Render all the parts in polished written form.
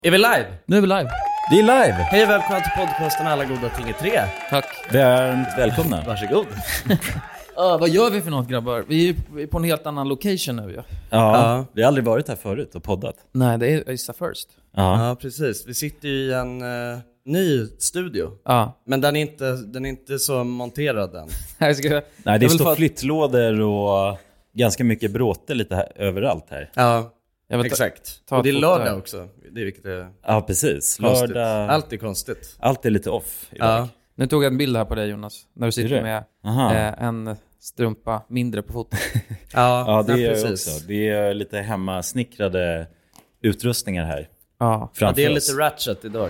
Är vi live? Nu är vi live. Vi är live! Hej och välkomna till podcasten Alla goda ting är tre. Tack. Varmt välkomna. Varsågod. Vad gör vi för något, grabbar? Vi är på en helt annan location nu. Ja, vi har aldrig varit här förut och poddat. Nej, det är Issa First. Ja, precis. Vi sitter ju i en ny studio. Ja. Men den är inte så monterad än. Nej, det står flyttlådor och ganska mycket bråte lite här, överallt här. Ja, exakt. Och det är lördag också. Det är vilket är Ja, precis. konstigt. Lördag. Allt är konstigt. Allt är lite off idag. Ja. Nu tog jag en bild här på dig, Jonas. När du sitter med en strumpa mindre på foten. Ja, det är precis. också. Det är lite hemmasnickrade utrustningar här. Ja. Ja, det är oss. lite ratchet idag.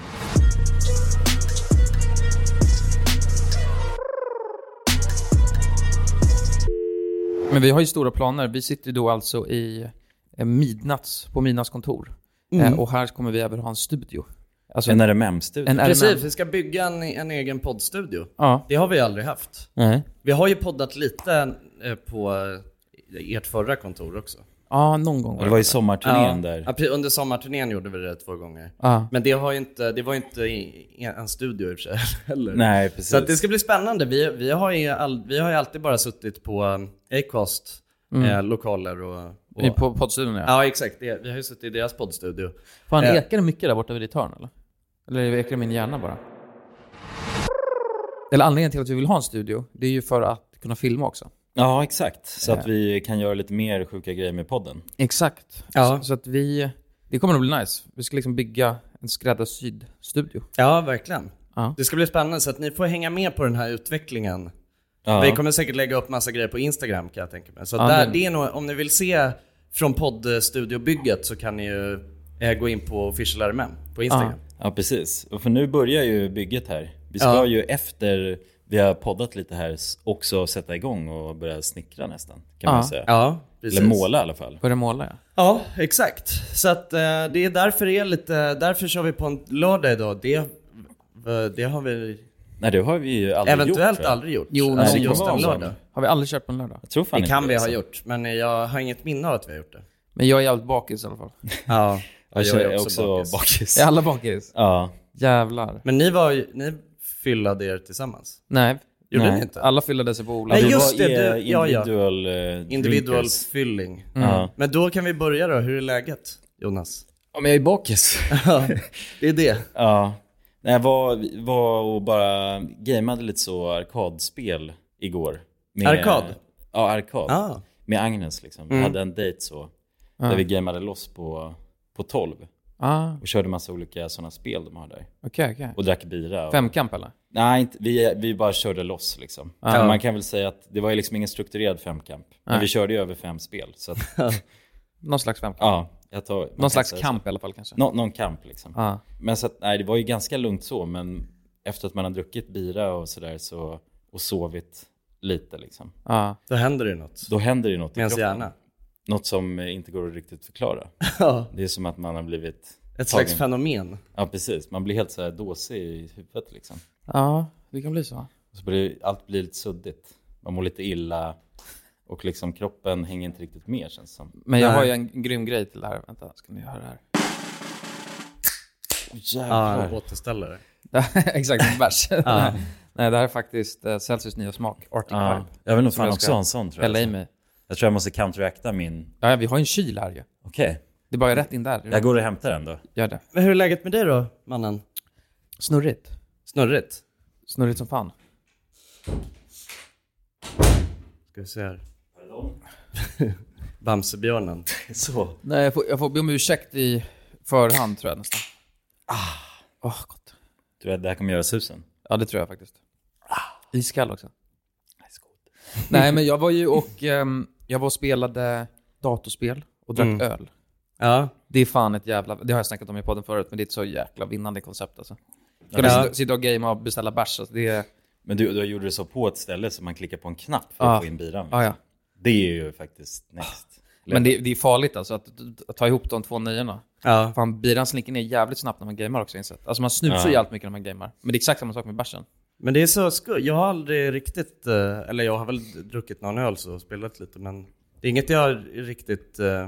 Men vi har ju stora planer. Vi sitter då alltså i på Midnattskontor. Och här kommer vi även ha en studio. Alltså En RMM-studio. Precis, vi ska bygga en egen poddstudio. Ja. Det har vi aldrig haft. Nej. Vi har ju poddat lite på ert förra kontor också. Ja, någon gång. Det var ju sommarturnén där. Ja, under sommarturnén gjorde vi det 2 gånger. Ja. Men det var ju inte en studio i och för sig heller. Nej, precis. Så att det ska bli spännande. Vi har ju alltid bara suttit på Acast lokaler och På poddstudion, ja. Ja, exakt. Vi har ju suttit i deras poddstudio. Fan, ekar det mycket där borta vid ditt hörn, eller? Eller ekar det min hjärna bara? Eller anledningen till att vi vill ha en studio, det är ju för att kunna filma också. Ja, exakt. Så att vi kan göra lite mer sjuka grejer med podden. Exakt. Ja. Så att det kommer att bli nice. Vi ska liksom bygga en skräddarsydd studio. Ja, verkligen. Ja. Det ska bli spännande, så att ni får hänga med på den här utvecklingen. Ja. Vi kommer säkert lägga upp massa grejer på Instagram, kan jag tänka mig. Så det är nog, om ni vill se från poddstudiobygget så kan ni ju gå in på Official RMM på Instagram. Ja, precis. Och för nu börjar ju bygget här. Vi ska ju efter vi har poddat lite här också sätta igång och börja snickra nästan, kan man säga. Ja, precis. Eller måla i alla fall. Börja måla, ja. Ja, exakt. Så att det är därför kör vi på en lördag idag. Det har vi Nej, det har vi ju aldrig eventuellt gjort. aldrig gjort. Jo, alltså det just kan en vara lördag. Har vi aldrig kört på en lördag? Jag tror fan Det kan inte vi ha så. gjort, men jag har inget minne av att vi har gjort det. Men jag är jävligt bakis i alla fall. Ja, Jag är också bakis. Är alla bakis? Ja. Jävlar. Men ni fyllade er tillsammans. Nej. Gjorde ni inte? Alla fyllde sig på Ola. Nej, Vi just var det, individual drinkers. fylling. Ja. Men då kan vi börja då. Hur är läget, Jonas? Ja, men jag är bakis. Ja, det är det. Ja. Nej, jag var och bara gameade lite så arkadspel igår. Arkad? Ja, arkad. Ah. Med Agnes liksom. Vi hade en dejt så. Där vi gameade loss på 12. Och körde massa olika sådana spel de har där. Okej. Och drack bira. Och... Femkamp eller? Nej, inte, vi bara körde loss liksom. Men man kan väl säga att det var ju liksom ingen strukturerad femkamp. Men vi körde ju över 5 spel. Så att, Någon slags femkamp. ja, Någon slags kamp i alla fall kanske. Någon kamp liksom. Men så att, nej, det var ju ganska lugnt så. Men efter att man har druckit bira och sådär och sovit lite liksom. Då händer det något. Då händer det något i Med ens kroppen. hjärna. Något som inte går att riktigt förklara. Ja. Det är som att man har blivit Ett slags fenomen. Ja, precis. Man blir helt så här dåsig i huvudet liksom. Ja, det kan bli så. Och så blir allt blir lite suddigt. Man mår lite illa. Och liksom kroppen hänger inte riktigt med, känns som. Men jag har ju en grym grej till det här. Vänta, ska ni höra det här? Jävlar. Återställare. Exakt, en bärs. Nej, det här är faktiskt Celsius nya smak. Arctic Vibe. Jag vill nog Som fan jag också ska ha en sån, tror jag. hälla i mig. Jag tror jag måste counteracta min... Ja, vi har ju en kyl här ju. Okej. Det är bara rätt in där. Jag går och hämtar den då. Gör det. Men hur är läget med dig då, mannen? Snurrigt. Snurrigt? Snurrigt som fan. Ska vi se här. Bamsebjörnen. Så. Nej, jag får be om ursäkt i förhand, tror jag nästan. Gott. Tror jag det här kommer göra susen? Ja, det tror jag faktiskt. Iskall också. Nej, men jag var ju och spelade datorspel och drack öl. Ja. Det är fan ett jävla... Det har jag snackat om i podden förut, men det är ett så jäkla vinnande koncept alltså. Ska du sitta och gamea och beställa bärs? Alltså, det är... Men du gjorde det så på ett ställe så man klickar på en knapp för att få in biran. Ja. Det är ju faktiskt next. Men det är farligt alltså att ta ihop de 2 nöjena. Ja. Fan, biran slinker ner jävligt snabbt när man gamer också, insett. Alltså man snusar ju allt mycket när man gamer. Men det är exakt samma sak med bärsen. Men det är så jag har aldrig riktigt, eller jag har väl druckit någon öl så och spelat lite, men det är inget jag riktigt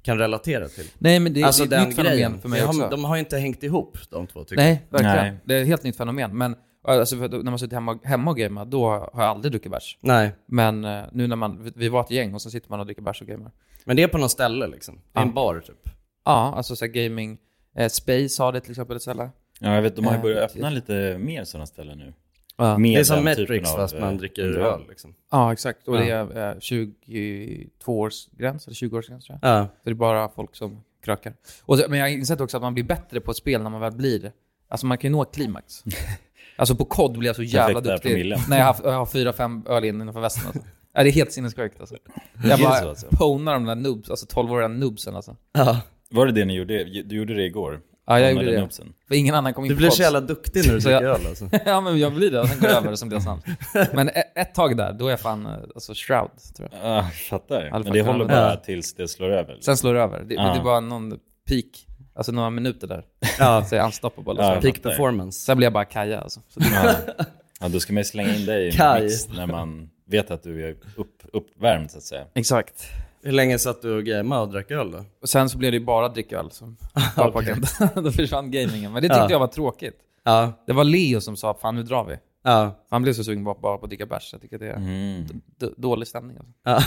kan relatera till. Nej, men det är alltså ett den nytt fenomen för mig också. De har ju inte hängt ihop, de två, tycker Nej, verkligen. Nej. Det är ett helt nytt fenomen. Men alltså, när man sitter hemma och gamer, då har jag aldrig druckit bärs. Nej. Men nu när vi var ett gäng och så sitter man och dricker bärs och gamer. Men det är på något ställe liksom. Det är en bar typ. Ja, alltså så här gaming. Space har det till exempel ett ställe. Ja, jag vet, de har ju börjat öppna lite mer sådana ställen nu. Ja. Med Det är som den Matrix typen fast man dricker öl liksom. Ja, exakt. Och det är 22-årsgräns, eller 20-årsgräns tror jag. Ja. Så det är bara folk som krökar. Men jag har insett också att man blir bättre på ett spel när man väl blir... Alltså man kan ju nå klimax. Alltså på kod blir jag så jävla duktig. När jag har 4-5 öl innanför västen alltså. Ja, det är helt sinnessjukt alltså. Jag bara ponar de där noobs, alltså 12-åriga noobsen alltså. Ja. Var det ni gjorde? Du gjorde det igår? Ja, jag gjorde det. Noobsen. För ingen annan kom in Du på blir kods. så jävla duktig när du dricker öl alltså. Ja, men jag blir det. Och sen går jag över det som det är sant. Men ett tag där, då är jag fan alltså shroud, tror jag. Ja, fattar. Men det håller bara tills det slår över. Sen slår det över. Det är bara någon peak. Alltså några minuter där. Ja. Så är jag unstoppable. Ja, peak performance. Sen blir jag bara Kaja alltså. Så ja, då ska man slänga in dig i mix när man vet att du är uppvärmd så att säga. Exakt. Hur länge satt du och gamade och drack öl då? Och sen så blev det ju bara dricka öl som var på agendan. Då försvann gamingen. Men det tyckte jag var tråkigt. Ja. Det var Leo som sa, fan nu drar vi. Ja. Han blev så sugen bara på att dricka bärs. Jag tycker det är dålig stämning alltså. Ja.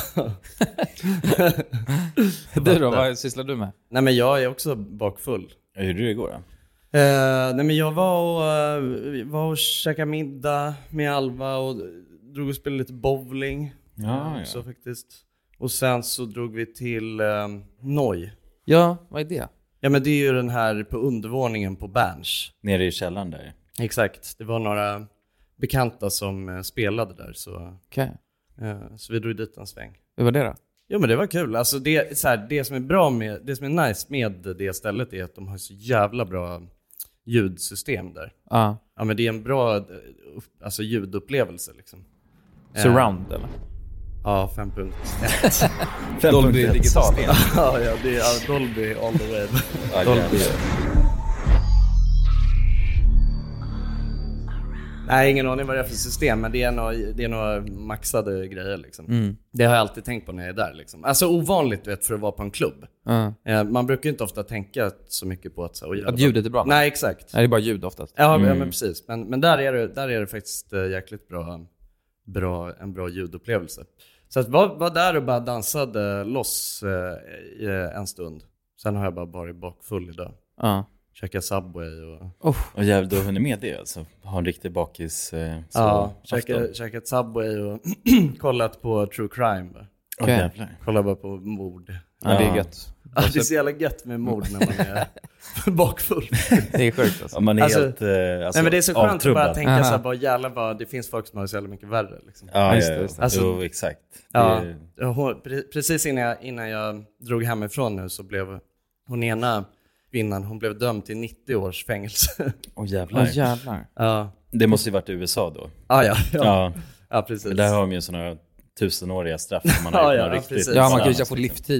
Du då, vad sysslar du med? Nej, men jag är också bakfull. Hur gjorde du igår då? Nej, men jag var och käkade middag med Alva och drog och spelade lite bowling. Ja. Så faktiskt. Och sen så drog vi till Noi. Ja, vad är det? Ja, men det är ju den här på undervåningen på Berns. Nere i källaren där. Exakt. Det var några bekanta som spelade där. Så, så vi drog dit en sväng. Hur var det då? Jo, men det var kul. Alltså det som är bra med, det som är nice med det stället är att de har så jävla bra ljudsystem där. Ja, men det är en bra alltså ljudupplevelse liksom. Surround eller? Ja, 5.1. Dolby digital. Ja, det är Dolby all the way. Dolby. Nej, ingen aning vad det är för system, men det är några maxade grejer liksom. Det har jag alltid tänkt på när jag är där liksom. Alltså ovanligt för att vara på en klubb. Man brukar inte ofta tänka så mycket på att ljudet är bra. Nej, exakt. Nej, det är bara ljud oftast. Ja, men precis. Men där är det faktiskt jäkligt en bra ljudupplevelse. Så att var där och bara dansade loss en stund. Sen har jag bara varit bakfull idag. Käka Subway och jävlar, du har hunnit med det alltså. Ha en riktig bakis. Käkat Subway och kollat på True Crime. Kolla bara på mord. Ja, det är gött. Ja, det är så jävla gött med mord när man är bakfull. Det är sjukt alltså. Man är helt nej, men det är så skönt att bara tänka så här, bara jävlar vad det finns folk som har så jävla mycket värre liksom. Ja, just. Alltså, jo, exakt. Ja, precis innan jag drog hemifrån nu så blev hon ena kvinnan, hon blev dömd till 90 års fängelse. Jävlar. Ja. Det måste ju varit i USA då. Ja, precis. Där har de ju såna 1000-åriga straff som man har riktigt. Ja, man kan ju få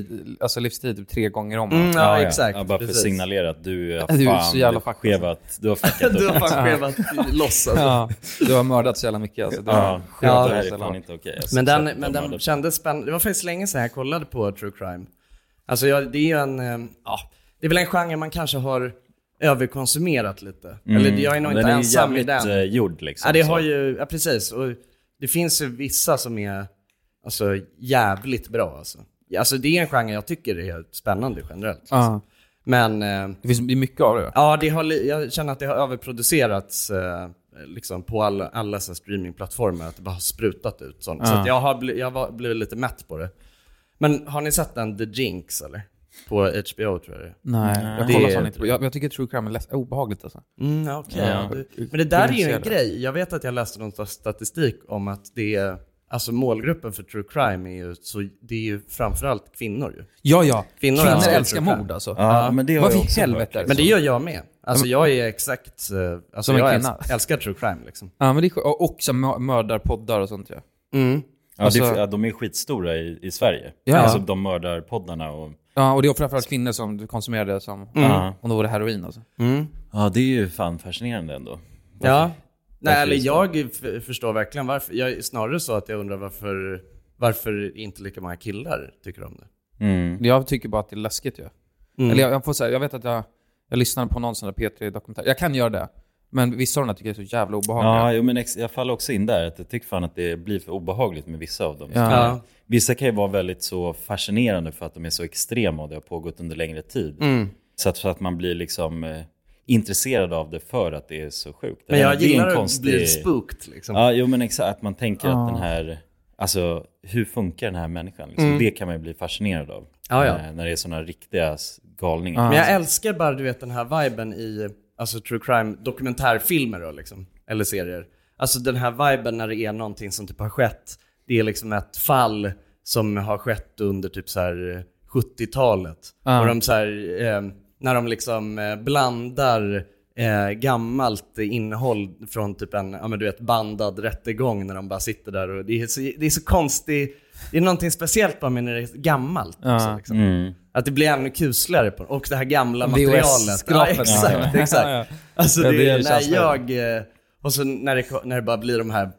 livstid 3 gånger om. Ja, exakt. Ja, bara för att signalera att du är så jävla skevat. Du har fuckat upp. Du har fan skevat loss alltså. Ja, du har mördat så jävla mycket alltså. Det här är fan inte okej. Men den kändes spännande. Det var faktiskt länge sedan jag kollade på True Crime. Alltså det är ju det är väl en genre man kanske har överkonsumerat lite. Eller jag är nog inte ensam i den. Den är gjord liksom. Ja, det har ju, precis. Och det finns ju vissa som är alltså jävligt bra alltså. Alltså det är en genre jag tycker är spännande generellt. Alltså. Men det finns mycket av det. Ja, jag känner att det har överproducerats liksom på alla så streamingplattformar, att det bara har sprutat ut sånt. Så att jag har blivit lite mätt på det. Men har ni sett den The Jinx eller? På HBO tror jag det. Nej, jag kollar sånt inte på. Jag tycker True Crime är obehagligt alltså. Men det där är ju en grej. Jag vet att jag läste någon statistik om att det är, alltså målgruppen för True Crime är ju, så det är ju framförallt kvinnor ju. Ja. Kvinnor älskar mord alltså. Ja, men det har jag också helvete. Men det gör jag med. Alltså jag är exakt, alltså jag älskar True Crime liksom. Ja, men det är också mördarpoddar och sånt Ja, de är skitstora i Sverige. Alltså de mördarpoddarna och... Ja, och det är framförallt kvinnor som konsumerar det som om det var det heroin alltså. Ja, det är ju fan fascinerande ändå. Ja. Nej, eller jag förstår verkligen varför. Jag är snarare så att jag undrar varför inte lika många killar tycker om det. Jag tycker bara att det är läskigt ju. Eller jag får säga, jag vet att jag lyssnade på någon sån där P3-dokumentär. Jag kan göra det. Men vissa av dem tycker jag är så jävla obehagliga. Ja, men jag faller också in där. Att jag tycker fan att det blir för obehagligt med vissa av dem. Ja. Vissa kan ju vara väldigt så fascinerande för att de är så extrema och det har pågått under längre tid. Så att man blir liksom intresserad av det för att det är så sjukt. Men jag gillar att bli spooked liksom. Ja, jo men exakt. Att man tänker att den här... Alltså, hur funkar den här människan? Liksom, det kan man ju bli fascinerad av. När det är såna riktiga galningar. Men jag älskar bara, du vet, den här viben i alltså true crime dokumentärfilmer då, liksom, eller serier. Alltså den här viben när det är någonting som typ har skett. Det är liksom ett fall som har skett under typ så här 70-talet. Och de så här, när de liksom blandar gammalt innehåll från typ en, ja men du vet, bandad rättegång när de bara sitter där och det är så konstigt. Det är någonting speciellt bara med när det är gammalt också, liksom. Att det blir ännu kusligare på, och det här gamla materialet. Ja, exakt. Alltså det är när jag och så när det bara blir de här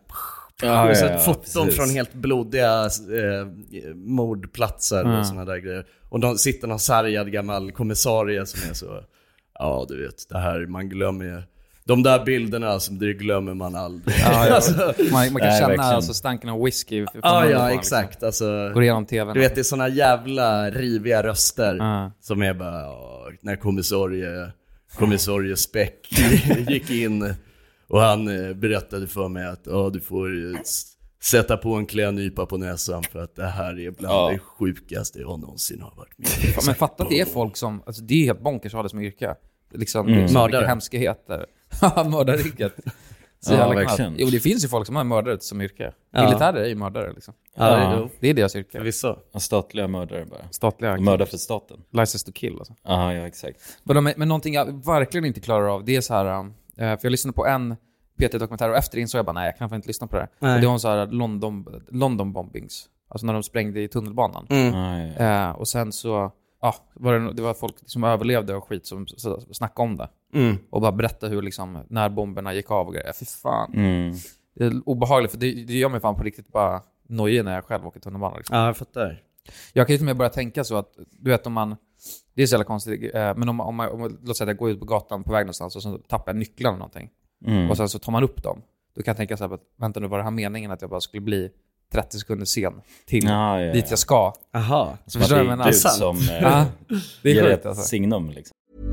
foton från helt blodiga mordplatser och såna där grejer. Och de sitter någon sargad gammal kommissarie som är så, ja du vet, det här man glömmer, de där bilderna som det glömmer man aldrig. Alltså, man kan känna alltså stanken av whisky. Ja, exakt. Liksom. Alltså, går igenom tvn. Du vet, det är såna jävla riviga röster som är bara, när kommissarie Speck gick in och han berättade för mig att du får sätta på en klädnypa på näsan för att det här är bland det sjukaste jag någonsin har varit med. Men fatta att det är folk som, alltså det är helt bonkers att ha det som yrke. Liksom, det är så mycket hemskheter. Mördarriket. Verkligen. Jo, det finns ju folk som har mördare som yrke. Militärer är ju mördare liksom. Det är deras yrke. Förvisso. Statliga mördare bara. Statliga mördare för staten. License to kill alltså. Ja, exakt. Men någonting jag verkligen inte klarar av, det är så här, för jag lyssnade på en PT-dokumentär och efter det insåg jag bara, nej, jag kan inte lyssna på det här. Och det var en så här London bombings. Alltså när de sprängde i tunnelbanan. Och sen så det var folk som överlevde och skit som snackade om det. Och bara berätta hur liksom, när bomberna gick av och grejer. Fy fan. Det är obehagligt, för det gör mig fan på riktigt bara nöje när jag själv åker tunnelbana. Liksom. Ja, jag fattar. Jag kan ju till och med börja tänka så att, du vet, om man, det är så jävla konstigt, men om låt säga att jag går ut på gatan på väg någonstans och så tappar jag nycklarna eller någonting. Och sen så tar man upp dem. Då kan jag tänka så här, vänta nu, var det här meningen att jag bara skulle bli 30 sekunder sen till dit jag ska? Aha. Så förstår jag, det som det ger ett signum liksom.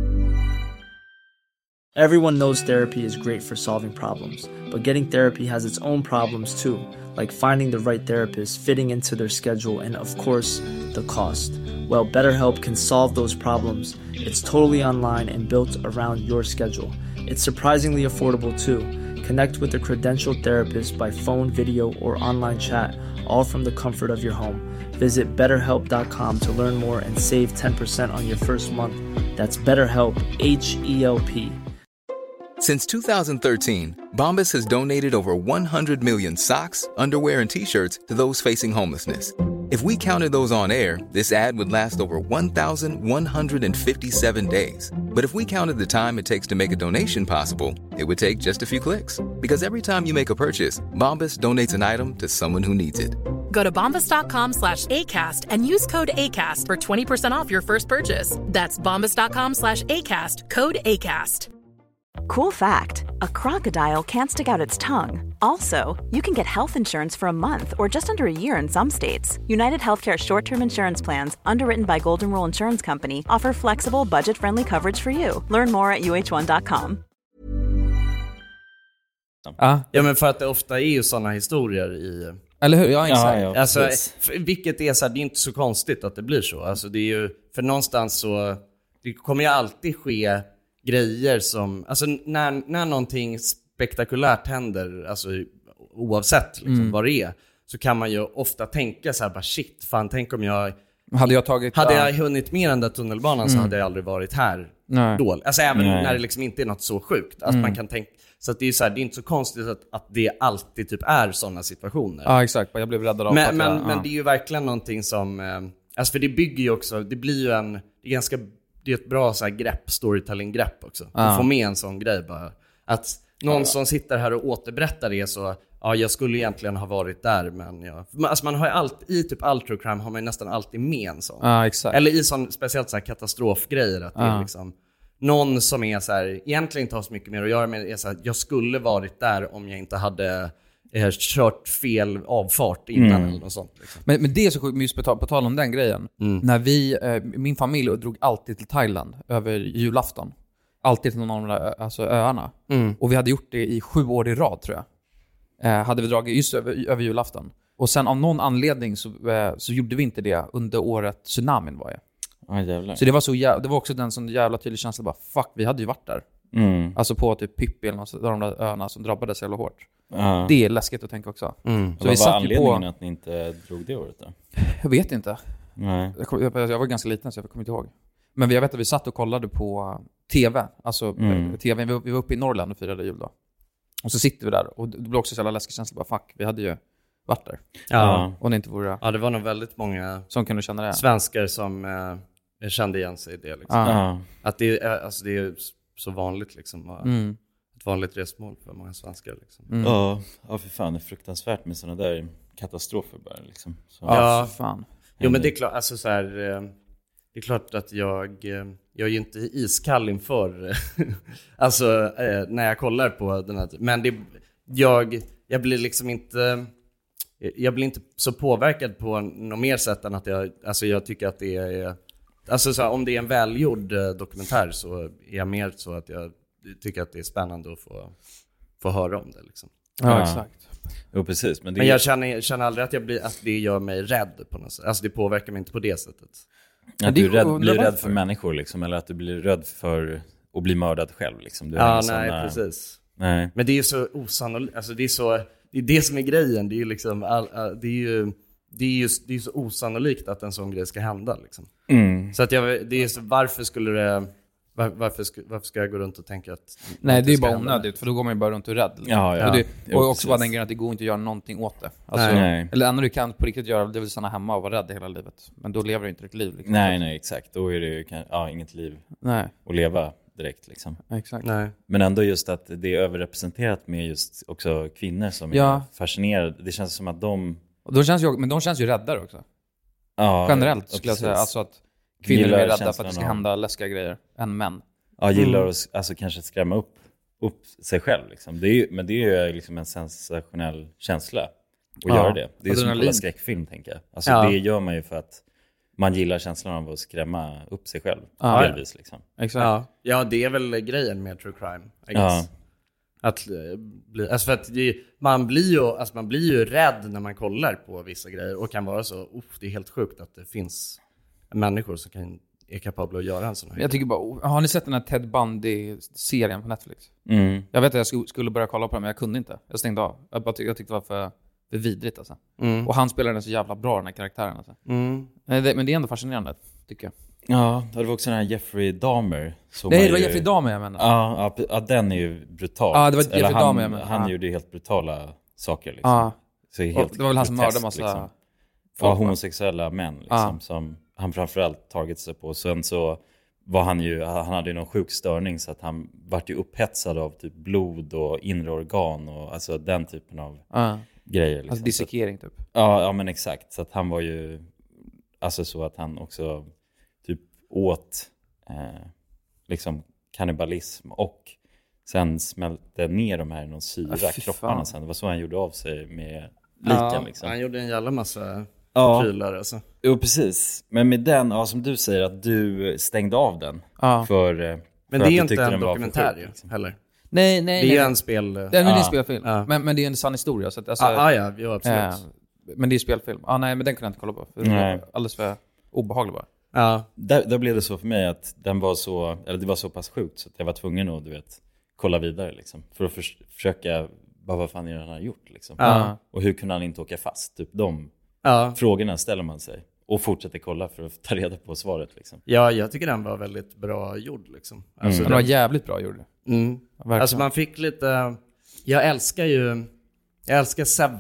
Everyone knows therapy is great for solving problems, but getting therapy has its own problems too, like finding the right therapist, fitting into their schedule, and of course, the cost. Well, BetterHelp can solve those problems. It's totally online and built around your schedule. It's surprisingly affordable too. Connect with a credentialed therapist by phone, video, or online chat, all from the comfort of your home. Visit BetterHelp.com to learn more and save 10% on your first month. That's BetterHelp, H-E-L-P. Since 2013, Bombas has donated over 100 million socks, underwear, and T-shirts to those facing homelessness. If we counted those on air, this ad would last over 1,157 days. But if we counted the time it takes to make a donation possible, it would take just a few clicks. Because every time you make a purchase, Bombas donates an item to someone who needs it. Go to bombas.com/ACAST and use code ACAST for 20% off your first purchase. That's bombas.com/ACAST, code ACAST. Cool fact, a crocodile can't stick out its tongue. Also, you can get health insurance for a month or just under a year in some states. United Healthcare short-term insurance plans, underwritten by Golden Rule Insurance Company, offer flexible, budget-friendly coverage for you. Learn more at uh1.com. Ja, men för att det ofta är ju sådana historier i... Eller hur? Ja, exakt. Ja, alltså, vilket är så här, det är inte så konstigt att det blir så. Alltså, det är ju, för någonstans så... Det kommer ju alltid ske grejer som... Alltså när någonting spektakulärt händer, alltså oavsett liksom, vad det är, så kan man ju ofta tänka så här, bara shit, fan, tänk om jag... Hade jag hunnit mer än den tunnelbanan så hade jag aldrig varit här då. Alltså även när det liksom inte är något så sjukt. Alltså man kan tänka... Så att det är så här, det är inte så konstigt att det alltid typ är sådana situationer. Ja, exakt. Jag blev räddad av men det är ju verkligen någonting som... Alltså för det bygger ju också... Det blir ju en... Det är ganska... Det är ett bra så här grepp, storytelling-grepp också. Att få med en sån grej bara. Att någon som sitter här och återberättar det så, ja, jag skulle egentligen ha varit där, men alltså man har ju i typ all true crime har man ju nästan alltid med en sån. Ja, exakt. Eller i sån, speciellt så här katastrofgrejer, att det är liksom någon som är så här, egentligen inte har så mycket mer att göra med, är så här, jag skulle varit där om jag inte hade kört fel avfart innan eller något sånt. Liksom. Men det är så sjukt mysigt på tal om den grejen. När min familj drog alltid till Thailand över julafton. Alltid till någon av de där, alltså öarna. Och vi hade gjort det i 7 år i rad, tror jag. Hade vi dragit just över julafton. Och sen av någon anledning så gjorde vi inte det under året tsunamin var jag. Så det var det var också den som jävla tydlig känsla bara, fuck, vi hade ju varit där. Alltså på typ Pippi eller något, de där öarna som drabbades jävla hårt. Det är läskigt att tänka också. Så vad var anledningen att ni inte drog det året då? Jag vet inte. Nej. Jag var ganska liten så jag kommer inte ihåg. Men jag vet att vi satt och kollade på tv. Alltså tv. Vi var uppe i Norrland och firade jul då. Och så sitter vi där. Och det blev också så jävla läskig känsla. Bara fuck, vi hade ju varit där. Ja. Och det inte vore... Ja, det var nog väldigt många som kunde känna det. Svenskar som kände igen sig i det. Liksom. Att det är så vanligt liksom. Ett vanligt resmål för många svenskar. Liksom. Ja, för fan. Det är fruktansvärt med sådana där katastrofer bara. Liksom. Ja, för fan. Jo, men det är klart, alltså så här, det är klart att jag är ju inte iskall inför alltså när jag kollar på den här, men jag blir liksom inte, jag blir inte så påverkad på något mer sätt än att jag tycker att det är, alltså så här, om det är en välgjord dokumentär så är jag mer så att jag tycker att det är spännande att få höra om det liksom. Ja, exakt. Jo, precis. Men jag känner aldrig att det gör mig rädd på något sätt. Alltså det påverkar mig inte på det sättet. Att du blir rädd för människor liksom, eller att du blir rädd för att bli mördad själv liksom. Precis. Nej. Men det är ju så osannolikt, alltså det är det som är grejen. Det är ju liksom det är ju så osannolikt att en sån grej ska hända liksom. Så att det är så, varför ska jag gå runt och tänka att... Nej, det är bara onödigt, för då går man ju bara runt och rädd. Liksom. Ja. Och också bara den grejen att det går inte att göra någonting åt det. Alltså, eller enda du kan på riktigt göra, det är väl stanna hemma och vara rädd hela livet. Men då lever du inte ett liv. Liksom. Nej, exakt. Då är det ju inget liv att leva direkt. Liksom. Exakt. Nej. Men ändå just att det är överrepresenterat med just också kvinnor som är fascinerade. Det känns som att de känns ju räddare också. Ja, generellt skulle jag säga. Alltså att kvinnor är mer rädda för att det ska hända läskiga grejer än män. Ja, gillar att alltså, kanske skrämma upp sig själv. Liksom. Men det är ju liksom en sensationell känsla att göra det. Det är som en skräckfilm, tänker jag. Alltså, det gör man ju för att man gillar känslan av att skrämma upp sig själv. Delvis, liksom. Exakt. Ja, det är väl grejen med true crime, I guess. Att bli, alltså för att man blir ju rädd när man kollar på vissa grejer och kan vara så, det är helt sjukt att det finns människor som är kapabla att göra en sån här. Jag tycker bara, har ni sett den här Ted Bundy-serien på Netflix? Jag vet att jag skulle börja kolla på den, men jag kunde inte. Jag stängde av. Jag tyckte det var för vidrigt alltså. Och han spelar den så jävla bra, den här karaktären alltså. Men det är ändå fascinerande, tycker jag. Ja, det var också den här Jeffrey Dahmer. Det var Jeffrey Dahmer jag menar. Ja, den är ju brutal. Ja, det var Jeffrey Dahmer jag menar. Han gjorde ju helt brutala saker liksom. Så helt det var väl han som mördade massa liksom. Homosexuella män liksom, som han framförallt tagit sig på. Sen så var han hade ju någon sjuk störning så att han vart ju upphetsad av typ blod och inre organ och alltså den typen av grejer. Liksom. Alltså dissekering typ. Ja, men exakt. Så att han var ju alltså så att han också typ åt liksom kannibalism och sen smälte ner de här i någon syra kropparna sen. Det var så han gjorde av sig med liken liksom. Han gjorde en jävla massa prylar alltså. Jo, precis. Men med den, som du säger att du stängde av den för men det är inte en dokumentär ju, liksom. Heller. Nej. Det är en spel. Det är en spelfilm. Men det är en sann historia så att, alltså, absolut. Men det är spelfilm. Nej, men den kunde jag inte kolla på. För det var alldeles för obehaglig bara. Ja. Där blev det så för mig att det var så pass sjukt så att jag var tvungen att kolla vidare liksom, för att försöka vad fan är det han har gjort liksom. Och hur kunde han inte åka fast? Typ de frågorna ställer man sig och fortsätter kolla för att ta reda på svaret liksom. Ja, jag tycker den var väldigt bra gjord liksom. Alltså, den var jävligt bra gjord. Alltså man fick lite, jag älskar Seven.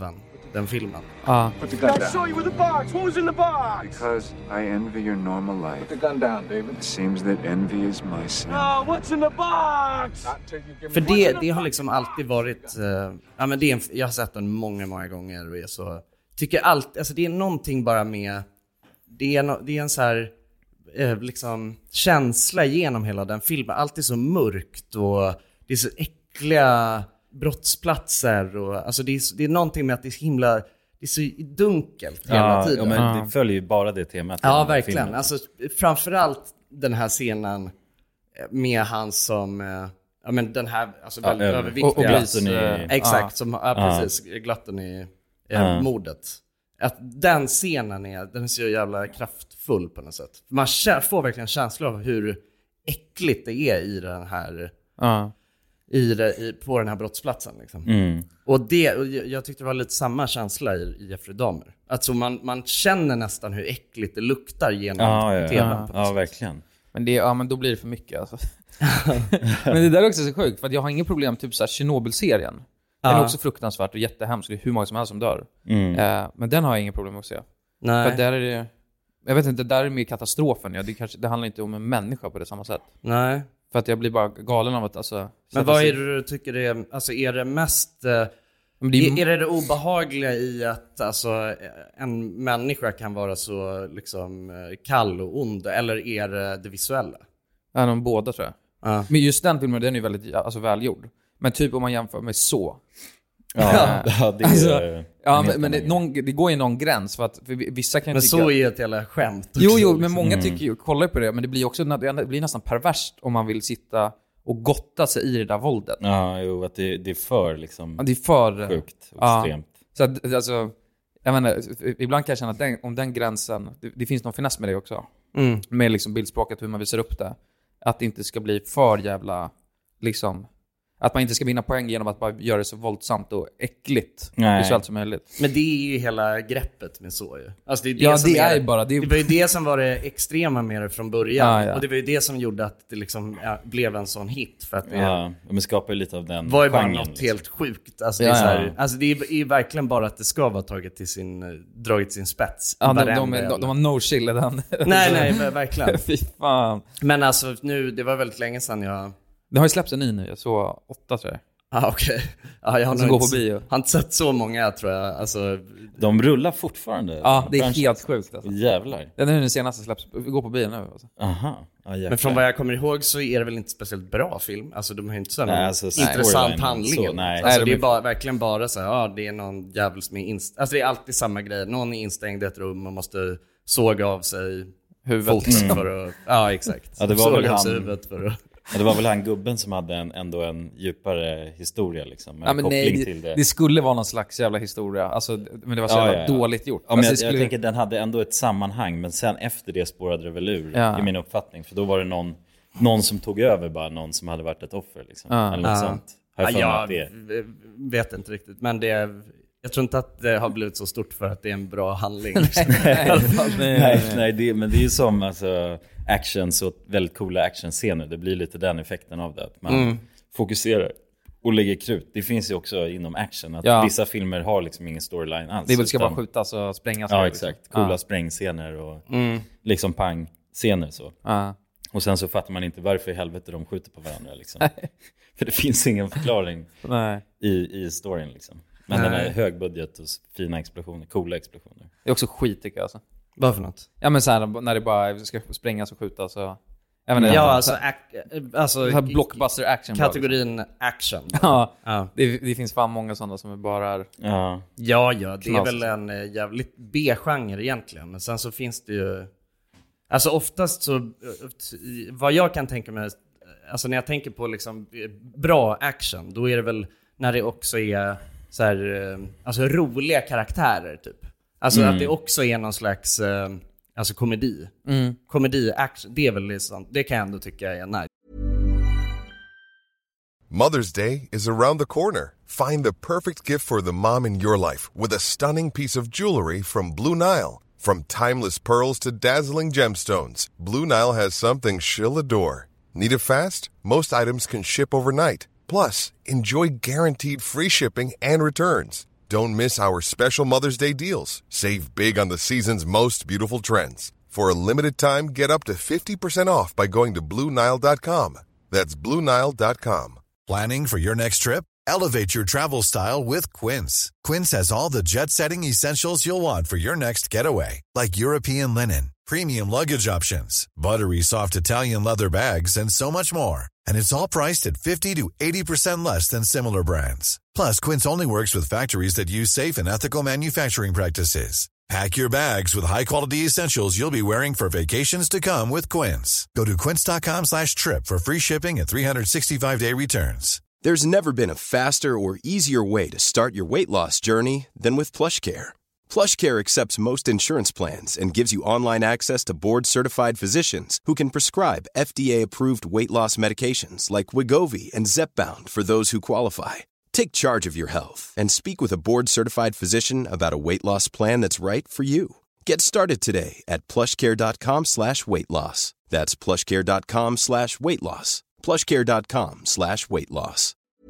den filmen. Put the gun down. I saw you with the box. What was in the box? Because I envy your normal life. Put the gun down, David. It seems that envy is my sin. Oh, what's in the box? För det har liksom alltid varit... ja, men jag har sett den många gånger och är så... Tycker allt... Alltså det är någonting bara med... Det är en så här... liksom känsla genom hela den filmen. Allt är så mörkt och det är så äckliga brottsplatser och alltså det är någonting med att det är så himla, det är så dunkelt hela tiden. Ja, men det följer ju bara det temat. Ja, verkligen. Filmen. Alltså framförallt den här scenen med han som ja men den här alltså väldigt överviktiga exakt som precis glatten i mordet. Att den scenen den är så jävla kraftfull på något sätt. Man får verkligen känsla av hur äckligt det är i den här på den här brottsplatsen liksom. Och jag tyckte det var lite samma känsla i Jeffrey Dahmer. Alltså man känner nästan hur äckligt det luktar genom tvn. Ja, verkligen. Men då blir det för mycket alltså. Men det där är också så sjukt för att jag har inget problem typ så här Chernobyl-serien. Den är också fruktansvärt och jättehemsk. Det är hur många som helst som dör. Men den har jag inga problem med att se. Nej. För där är det... Jag vet inte, där är det mer katastrofen. Det handlar inte om en människa på det samma sätt. Nej. För att jag blir bara galen av att... Alltså, men vad är det du tycker det är... Alltså är det mest... Är det obehagliga i att alltså, en människa kan vara så liksom kall och ond? Eller är det visuella? Ja, de båda tror jag. Men just den filmen, den är ju väldigt alltså, välgjord. Men typ om man jämför med så. Det går ju någon gräns för att vissa kan men tycka... så är ju ett jävla skämt. Jo, men många tycker ju, kollar på det, men det blir också det blir nästan perverst om man vill sitta och gotta sig i det där våldet. Ja, jo, att det är för liksom det är för sjukt och extremt. Så att, alltså, jag menar, ibland kan jag känna att om den gränsen, det finns någon finess med det också. Med liksom bildspråket, hur man visar upp det. Att det inte ska bli för jävla liksom... Att man inte ska vinna poäng genom att bara göra det så våldsamt och äckligt visuellt som möjligt. Men det är ju hela greppet med så ju. Alltså det var ju det som var det extrema med det från början. Och det var ju det som gjorde att det liksom blev en sån hit. För att men skapar ju lite av den var ju bara något liksom helt sjukt. Alltså, det är så här, alltså det är verkligen bara att det ska vara dragit sin spets. Ja, de har no chill i den. Nej, verkligen. Fy fan. Men alltså nu, det var väldigt länge sedan det har ju släppts en ny nu, jag såg 8 tror jag. Okej. Ja, jag har inte sett så många tror jag. Alltså... De rullar fortfarande. Ja, det är helt sjukt alltså. Jävlar. Den är den senaste släpps, går på bio nu alltså. Aha. Men från vad jag kommer ihåg så är det väl inte speciellt bra film. Alltså de har inte så intressant handling. Alltså det är verkliligen bara så här, det är någon jävel som är alltså det är alltid samma grej. Någon är instängd i ett rum och måste såga av sig huvudet för att... Ja, exakt. Ja, det var väl huvudet för att... Ja, det var väl han gubben som hade ändå en djupare historia liksom, med koppling till det. Det skulle vara någon slags jävla historia, alltså, men det var så jävla dåligt gjort. Ja, men jag tänker den hade ändå ett sammanhang, men sen efter det spårade det väl ur i min uppfattning. För då var det någon som tog över, bara någon som hade varit ett offer liksom, eller något sånt. Jag vet inte riktigt, men jag tror inte att det har blivit så stort för att det är en bra handling. Nej, men det är ju som alltså, action, så väldigt coola actionscener. Det blir lite den effekten av det. Att man fokuserar och lägger krut. Det finns ju också inom action att vissa filmer har liksom ingen storyline alls. Det ska bara skjutas och sprängas. Ja, exakt. Coola sprängscener och liksom pang-scener så. Och sen så fattar man inte varför i helvete de skjuter på varandra liksom. För det finns ingen förklaring i storyn liksom. Men den är hög budget och fina explosioner, coola explosioner. Det är också skit tycker jag alltså. Vad för något? Ja men så här, när det bara ska sprängas och skjutas så... alltså blockbuster action. Kategorin action. Det finns fan många sådana som är bara... Ja, det är väl en jävligt B-genre egentligen. Men sen så finns det ju... Alltså oftast så... Vad jag kan tänka mig... Alltså när jag tänker på liksom bra action, då är det väl när det också är... så här, alltså roliga karaktärer typ. Alltså att det också är någon slags alltså komedi. Komedi, action, det är väl liksom, det kan jag ändå tycka är nice. Mother's Day is around the corner. Find the perfect gift for the mom in your life with a stunning piece of jewelry from Blue Nile. From timeless pearls to dazzling gemstones, Blue Nile has something she'll adore. Need it fast? Most items can ship overnight. Plus, enjoy guaranteed free shipping and returns. Don't miss our special Mother's Day deals. Save big on the season's most beautiful trends. For a limited time, get up to 50% off by going to BlueNile.com. That's BlueNile.com. Planning for your next trip? Elevate your travel style with Quince. Quince has all the jet-setting essentials you'll want for your next getaway, like European linen, premium luggage options, buttery soft Italian leather bags, and so much more. And it's all priced at 50 to 80% less than similar brands. Plus, Quince only works with factories that use safe and ethical manufacturing practices. Pack your bags with high-quality essentials you'll be wearing for vacations to come with Quince. Go to quince.com/trip for free shipping and 365-day returns. There's never been a faster or easier way to start your weight loss journey than with PlushCare. PlushCare accepts most insurance plans and gives you online access to board-certified physicians who can prescribe FDA-approved weight loss medications like Wegovy and Zepbound for those who qualify. Take charge of your health and speak with a board-certified physician about a weight loss plan that's right for you. Get started today at plushcare.com/weightloss. That's plushcare.com/weightloss. plushcare.com/weightloss.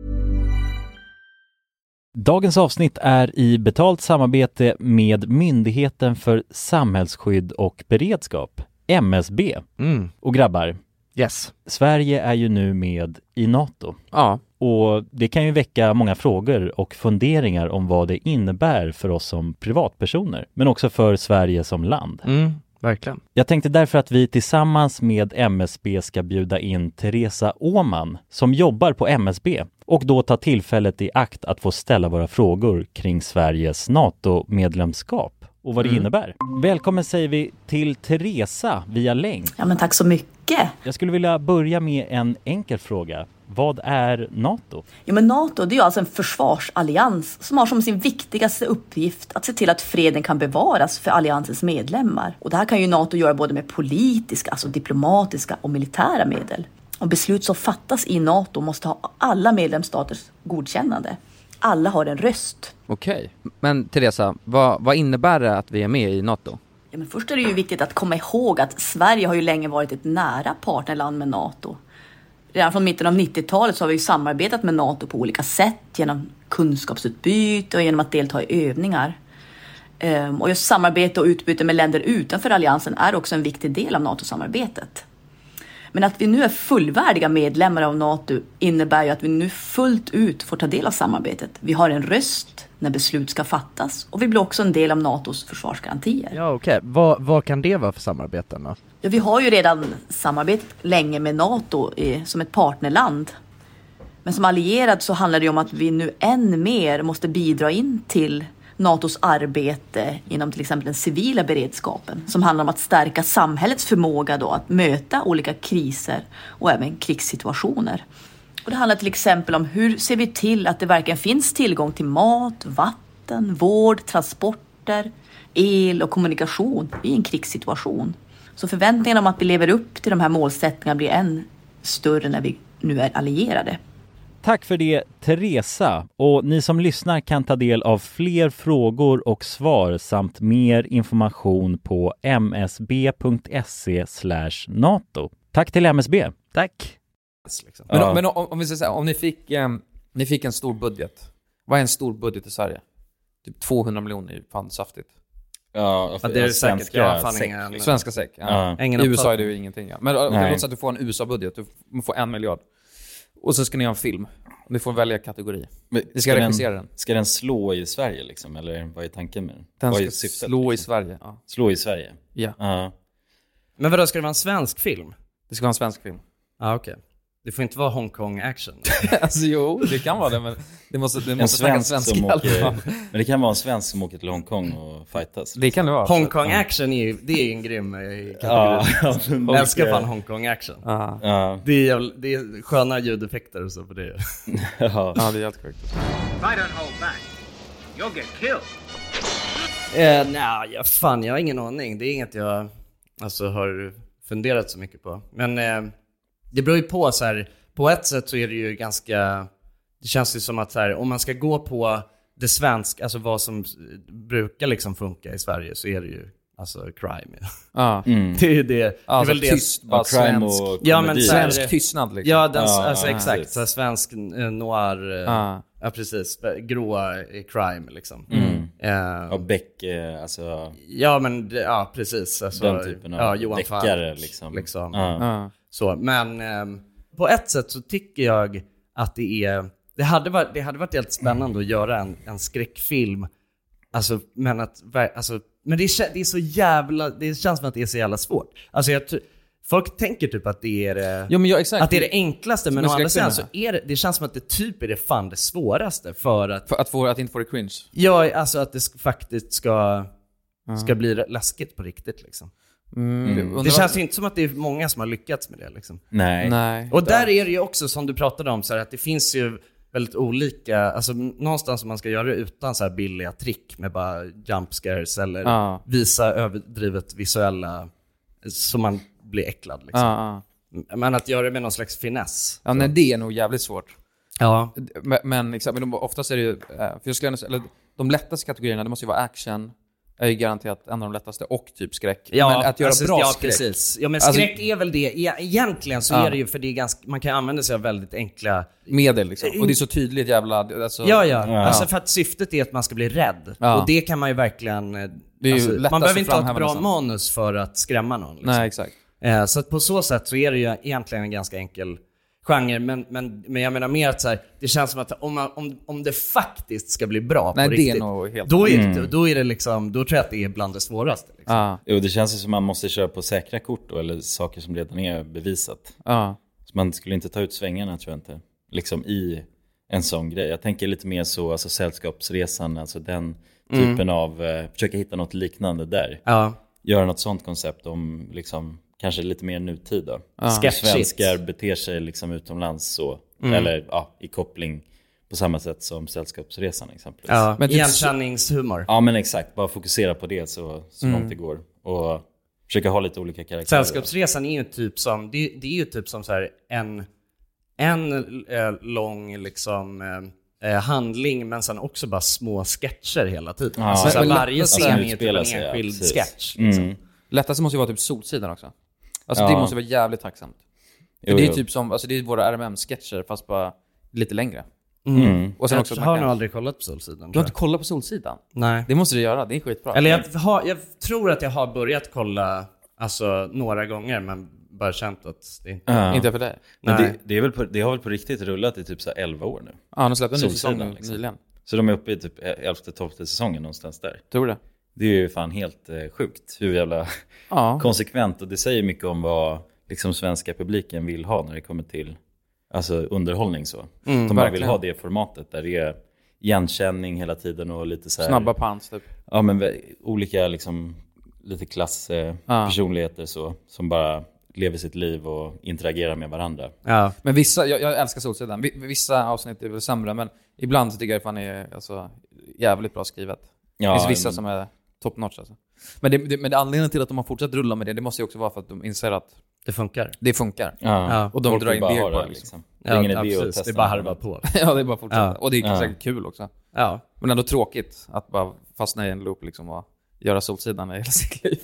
Dagens avsnitt är i betalt samarbete med Myndigheten för samhällsskydd och beredskap, MSB. Och grabbar, yes. Sverige är ju nu med i NATO. Ja. Och det kan ju väcka många frågor och funderingar om vad det innebär för oss som privatpersoner, men också för Sverige som land. Verkligen. Jag tänkte därför att vi tillsammans med MSB ska bjuda in Teresa Åman som jobbar på MSB och då ta tillfället i akt att få ställa våra frågor kring Sveriges NATO-medlemskap och vad det innebär. Välkommen säger vi till Teresa via länk. Ja, men tack så mycket. Jag skulle vilja börja med en enkel fråga. Vad är NATO? Ja, men NATO, det är ju alltså en försvarsallians som har som sin viktigaste uppgift att se till att freden kan bevaras för alliansens medlemmar. Och det här kan ju NATO göra både med politiska, alltså diplomatiska och militära medel. Och beslut som fattas i NATO måste ha alla medlemsstaters godkännande. Alla har en röst. Okej. Men Teresa, vad innebär det att vi är med i NATO? Ja, men först är det ju viktigt att komma ihåg att Sverige har ju länge varit ett nära partnerland med NATO. Redan från mitten av 90-talet så har vi ju samarbetat med NATO på olika sätt genom kunskapsutbyte och genom att delta i övningar. Och just samarbete och utbyte med länder utanför alliansen är också en viktig del av NATO-samarbetet. Men att vi nu är fullvärdiga medlemmar av NATO innebär ju att vi nu fullt ut får ta del av samarbetet. Vi har en röst när beslut ska fattas och vi blir också en del av NATOs försvarsgarantier. Ja, okej. Vad kan det vara för samarbeten då? Ja, vi har ju redan samarbetat länge med NATO som ett partnerland. Men som allierad så handlar det om att vi nu än mer måste bidra in till NATOs arbete inom till exempel den civila beredskapen som handlar om att stärka samhällets förmåga då att möta olika kriser och även krigssituationer. Och det handlar till exempel om hur ser vi till att det verkligen finns tillgång till mat, vatten, vård, transporter, el och kommunikation i en krigssituation. Så förväntningarna om att vi lever upp till de här målsättningarna blir än större när vi nu är allierade. Tack för det, Teresa. Och ni som lyssnar kan ta del av fler frågor och svar samt mer information på msb.se/NATO. Tack till MSB. Tack. Men om vi säger så här, om ni fick en stor budget. Vad är en stor budget i Sverige? Typ 200 miljoner är fan saftigt. Ja, det är svenska SEK. Svenska SEK, ja. I USA är det ju ingenting. Ja. Men låt säga att du får en USA-budget. Du får 1 miljard. Och så ska ni ha en film. Och ni får välja kategori. Ni ska regissera den. Ska den slå i Sverige liksom? Eller vad är tanken med den? Den ska slå i Sverige. Ja. Slå i Sverige? Ja. Men vadå, ska det vara en svensk film? Det ska vara en svensk film. Ja, okej. Det får inte vara Hong Kong action. Alltså jo, det kan vara det. Men det måste snacka svenska. Men det kan vara en svensk som åker till Hongkong och fightas. Det kan det vara. Hong Kong action är en grym kategori. Jag älskar fan Hong Kong action. Det är sköna ljudeffekter och så på det. Ja, det är helt korrekt. If I don't hold back, you'll get killed. Jag har ingen aning. Det är inget jag har funderat så mycket på. Men det beror ju på så här. På ett sätt så är det ju ganska... Det känns ju som att så här, om man ska gå på det svenska, alltså vad som brukar liksom funka i Sverige, så är det ju alltså crime. Ja. Det är ju det. Alltså det är väl tyst, bara crime svensk. och ja, men svensk tystnad liksom. Ja, alltså exakt. Så svensk noir. Ja, precis. Gråa crime liksom. Och Beck, alltså... Ja, men ja, precis. Alltså, den typen av Johan deckare Falk, liksom. Så, men på ett sätt så tycker jag att det hade varit helt spännande att göra en skräckfilm. Alltså, men det är så jävla, det känns som att det är så jävla svårt. Alltså folk tänker typ att det är exakt. att det är det enklaste, men å andra sidan så det känns som att det typ är det svåraste för att inte få det cringe. Ja, alltså att det faktiskt ska bli läskigt på riktigt liksom. Det känns ju inte som att det är många som har lyckats med det liksom. Nej. Och där är det ju också som du pratade om så här, att det finns ju väldigt olika, alltså någonstans som man ska göra det utan så här billiga trick med bara jump scares eller visa överdrivet visuella så man blir äcklad liksom. Men att göra det med någon slags finess. Ja, nej, det är nog jävligt svårt. Ja. Men oftast är det ju, för jag skulle eller de lättaste kategorierna, det måste ju vara action, är ju garanterat en av de lättaste, och typ skräck. Ja, men att göra bra skräck. Precis. Ja, men skräck är väl det. Egentligen så är det ju, för det är man kan använda sig av väldigt enkla medel liksom. Och det är så tydligt jävla... Alltså, alltså för att syftet är att man ska bli rädd. Och det kan man ju verkligen... Det är ju man behöver inte ha ett bra manus för att skrämma någon. Liksom. Nej, exakt. Så att på så sätt så är det ju egentligen en ganska enkel genre, men jag menar mer att så här, det känns som att om det faktiskt ska bli bra på riktigt, det är nog helt då är det liksom, då tror jag att det är bland det svåraste liksom. Jo, det känns ju som man måste köra på säkra kort då, eller saker som redan är bevisat. Så man skulle inte ta ut svängarna, tror jag inte, liksom i en sån grej. Jag tänker lite mer så, alltså Sällskapsresan, alltså den typen av försöka hitta något liknande där. Göra något sånt koncept om liksom kanske lite mer nutid då. Svenskar beter sig liksom utomlands så. Eller i koppling på samma sätt som Sällskapsresan exempelvis. Ja, men igenkänningshumor. Ja, men exakt. Bara fokusera på det så långt det går. Och försöka ha lite olika karaktärer. Sällskapsresan är ju typ som, det är ju typ som så här en lång liksom handling, men sen också bara små sketcher hela tiden. Så varje scen är typ en enskild sketch liksom. Lättaste måste ju vara typ Solsidan också. Alltså det måste vara jävligt tacksamt. För det är typ som, alltså det är våra RMM-sketcher fast bara lite längre. Och sen jag har nog aldrig kollat på Solsidan. Du har inte kollat på Solsidan? Nej. Det måste du göra, det är skitbra. Eller jag tror att jag har börjat kolla alltså några gånger, men bara känt att det inte är för dig. Men det är väl det har väl på riktigt rullat i typ så 11 år nu. Ja, de släppte en ny säsong liksom. Nyligen. Så de är uppe i typ 11-12 säsongen någonstans där. Tror det. Det är ju fan helt sjukt hur jävla konsekvent, och det säger mycket om vad liksom svenska publiken vill ha när det kommer till alltså underhållning så. De bara vill ha det formatet där det är igenkänning hela tiden och lite så här snabba pants typ. Ja, men olika liksom lite klasspersonligheter så som bara lever sitt liv och interagerar med varandra. Ja. Men vissa, jag älskar Solsidan. Vissa avsnitt är väl sämre, men ibland så tycker jag att fan är alltså jävligt bra skrivet. Det finns vissa som är top notch alltså. Men anledningen till att de har fortsatt rulla med det måste ju också vara för att de inser att det funkar. Det funkar. Ja. Och de drar in det på det liksom. Det är ingen idé att testa. Det är bara harva på. Ja, det är bara att fortsätta. Och det är säkert kul också. Ja. Men ändå tråkigt att bara fastna i en loop liksom och göra Solsidan i hela sitt liv.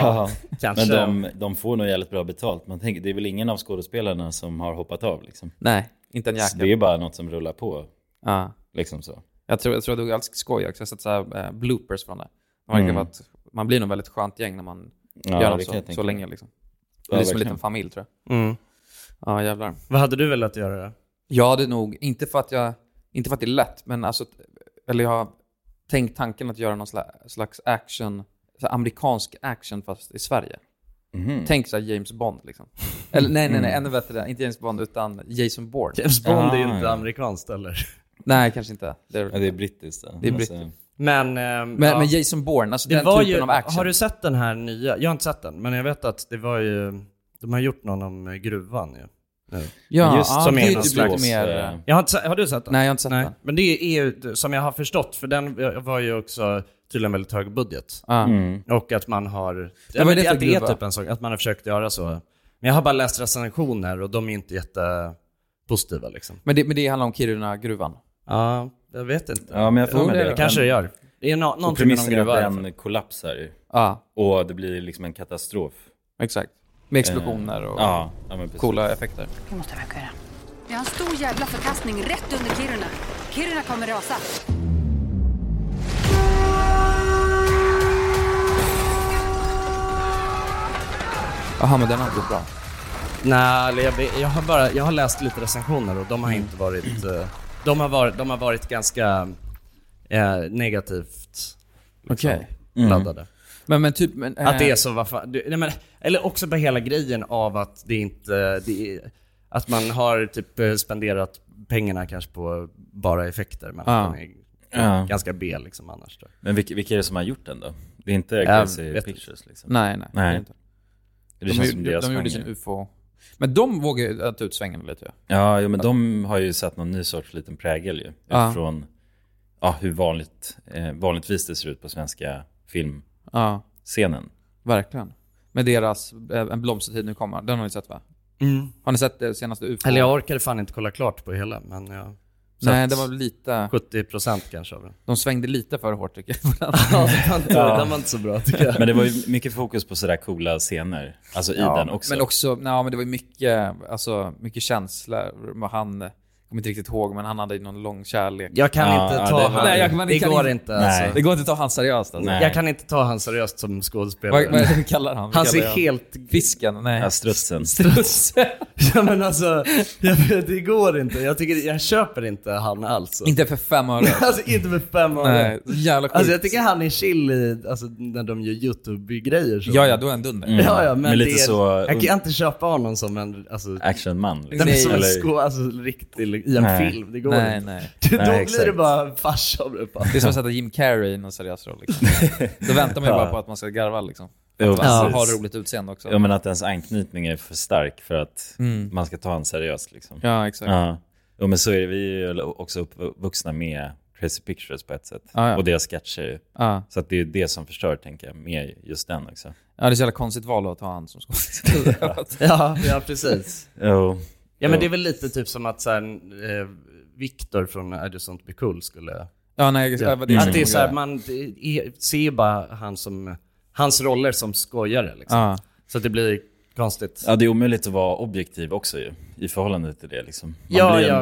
Men de får nog jävligt bra betalt. Man tänker, det är väl ingen av skådespelarna som har hoppat av liksom. Nej, inte en jäkel. Det är ju bara något som rullar på. Liksom så. Jag tror att det är ganska skoj också. Jag har sett så här bloopers från det. Att man blir nog väldigt skönt gäng när man gör något så länge liksom. Det är som en liten familj, tror jag. Ja, jävlar. Vad hade du velat göra då? Jag hade nog, inte för att det är lätt, men alltså, eller jag har tänkt tanken att göra någon slags action, så amerikansk action fast i Sverige. Tänk så här James Bond liksom. Eller nej, ännu bättre, inte James Bond utan Jason Bourne. James Bond är ju inte amerikanskt eller? Nej, kanske inte. Det är brittiskt. Det är brittiskt. Men Jason Bourne, alltså den typen av action. Har du sett den här nya? Jag har inte sett den, men jag vet att det var ju, de har gjort någon om gruvan ju. Ja, just som det är typ slags, mer... Har du sett den? Nej, jag har inte sett den. Men det är ju, som jag har förstått, för den var ju också tydligen väldigt hög budget. Och att man har... det är typ en sak, att man har försökt göra så. Men jag har bara läst recensioner och de är inte jättepositiva liksom. Men det handlar om Kiruna-gruvan? Ja, jag vet inte. Ja, men jag får med det. Kanske det gör. Det är någonting med någon gruva. Den kollapsar och det blir liksom en katastrof. Exakt. Med explosioner och coola effekter. Vi måste evakuera. Vi har en stor jävla förkastning rätt under Kiruna. Kiruna kommer rasa. Jaha, men den har gått bra. Nej, jag har läst lite recensioner och de har inte varit de har varit ganska negativt laddade. Men typ att det är så eller också på hela grejen av att att man har typ spenderat pengarna kanske på bara effekter, men att de är ganska B liksom annars då. Men vilka är det som har gjort den då? Det är inte Crazy Pictures liksom. Nej. Det är inte. De gjorde sin UFO. Men de vågar ju ta ut svängen lite. Ja, men de har ju satt någon ny sorts liten prägel ju. Utifrån hur vanligtvis det ser ut på svenska filmscenen. Verkligen. Med deras En blomstertid nu kommer. Den har ni sett, va? Har ni sett det senaste UFO? Eller jag orkade fan inte kolla klart på hela, men jag... Nej, det var lite... 70% kanske av det. De svängde lite för hårt, tycker jag. Den var inte så bra, tycker jag. Men det var ju mycket fokus på sådär coola scener. Alltså i den också. Men också, men det var mycket känslor. Han... Jag kommer inte riktigt ihåg, men han hade någon lång kärlek. Jag kan inte ta han. Det går inte. Alltså. Det går inte att ta han seriöst. Alltså. Jag kan inte ta han seriöst som skådespelare. Vad är det vi kallar han? Han ser helt... Fisken? Nej. Ja, strutsen. Ja, men alltså, det går inte. Jag köper inte han alls. Inte för 5 öre. Alltså inte för 5 öre. Nej, jävla skit. Alltså jag tycker han är chill när de gör YouTube-grejer. Så. Ja, då är han dunder. Ja, men lite så... Jag kan inte köpa honom som en... Alltså, actionman. Liksom. Som riktigt i en film, det går inte. Då blir det bara farsa av det. Det är som att sätta Jim Carrey i någon seriös roll liksom. Då väntar man ju bara på att man ska garva liksom. Har roligt utseende också. Ja, men att ens anknytning är för stark för att man ska ta en seriöst liksom. Ja, exakt. Ja, men så är det, vi är ju också uppvuxna med Crazy Pictures på ett sätt. Och deras sketcher. Så att det är det som förstör, tänker jag, med just den också. Ja, det är så jävla konstigt val att ta han som skådespelare. Ja, precis. Ja, men det är väl lite typ som att så här, Victor från I Just Want To Be Cool skulle... Ja, nej. Att det är så här, man ser bara hans roller som skojare liksom. Så att det blir konstigt. Ja, det är omöjligt att vara objektiv också ju, i förhållande till det liksom. Man blir en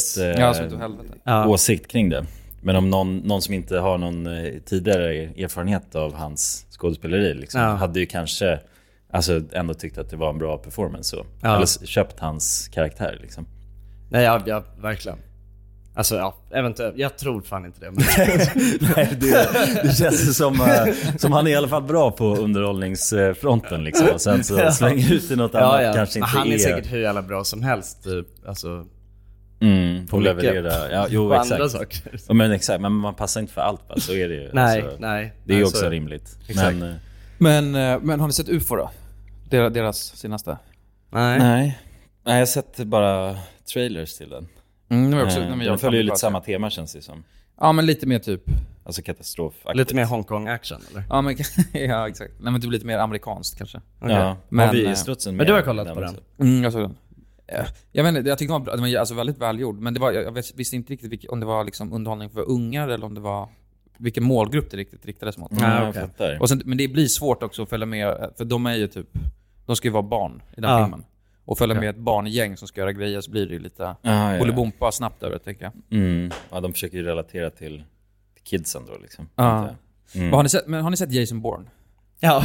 biased åsikt kring det. Men om någon som inte har någon tidigare erfarenhet av hans skådespeleri liksom, hade ju kanske ändå tyckt att det var en bra performance så. Eller köpt hans karaktär liksom. Nej, ja, verkligen. Alltså, eventuellt. Jag tror fan inte det. Men... Nej, det känns som han är i alla fall bra på underhållningsfronten liksom. Och sen så slänger ut i något annat kanske inte han är säkert hur jävla bra som helst typ. Alltså... på att leverera. Ja, jo, exakt. Andra saker. Ja, men exakt, men man passar inte för allt va? Så är det ju. Nej. Det är ju också rimligt. Men har ni sett UFO då? Deras senaste? Nej, jag har sett bara trailers till den. Den följer ju lite samma tema, känns det som. Ja, men lite mer typ... Alltså katastrofaktigt. Lite mer Hongkong-action, eller? Ja, men ja, exakt. Nej, men typ lite mer amerikanskt kanske. Okay. Ja, men vi i strutsen. Men du har kollat på den? Jag såg den. Jag vet inte, jag tyckte den var alltså väldigt välgjord. Men det var, jag visste inte riktigt om det var liksom underhållning för ungar eller om det var... vilken målgrupp det riktigt riktades mot. Och sen, men det blir svårt också att följa med, för de är ju typ... De ska ju vara barn i den filmen. Och följa med ett barngäng som ska göra grejer, så blir det ju lite bolibompa snabbt över, tänker jag. Ja, de försöker ju relatera till kidsen då liksom. Har ni sett Jason Bourne? Ja.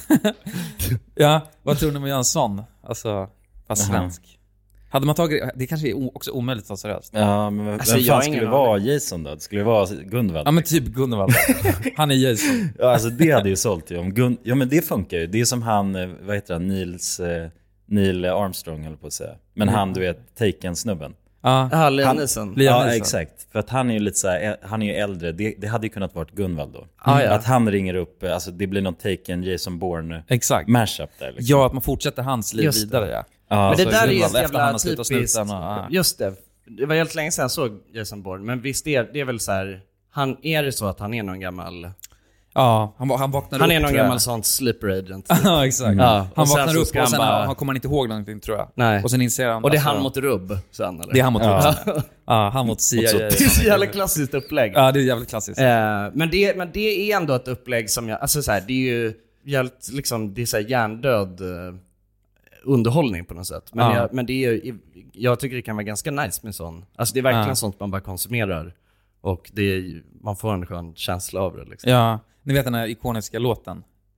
Ja, vad tror ni om att göra en sån? Alltså, fast svensk. Hade man tagit, det kanske är också omöjligt att ta seriöst. Ja, men vem fan skulle vara Jason då? Det skulle vara Gunvald. Ja, men typ Gunvald. Han är Jason. Ja, alltså det hade ju sålt ju. Ja, men det funkar ju. Det är som han, vad heter han, Neil Armstrong eller på att säga. Men han, du vet, Taken-snubben. Liam Neeson. Ja, exakt. För att han är ju lite så här, han är ju äldre. Det hade ju kunnat varit Gunvald då. Att han ringer upp, alltså det blir någon Taken, Jason Bourne mashup där liksom. Ja, att man fortsätter hans liv vidare. Men det där är ju ett jävla typiskt. Just det. Det var helt länge sedan jag såg Jason Bourne. Men visst det är väl så här, är det så att han är någon gammal... Ja, han vaknar upp. Han är någon gammal sånt sleeper agent. Ja, exakt. Ja. Han vaknar upp och sen han kommer han inte ihåg någonting, tror jag. Nej. Och sen inser han... Och det är han mot Rubb sen, eller? Det är han mot Rubb. Ja, han mot CIA. Det är så jävla klassiskt upplägg. Ja, det är jävligt klassiskt. Men det är ändå ett upplägg som jag... Alltså så här, det är ju jävligt, liksom, det är så här hjärndöd underhållning på något sätt. Men det är ju... Jag tycker det kan vara ganska nice med sån. Alltså det är verkligen sånt man bara konsumerar. Och det är, man får en skön känsla av det liksom. Ja, ni vet den här ikoniska låten.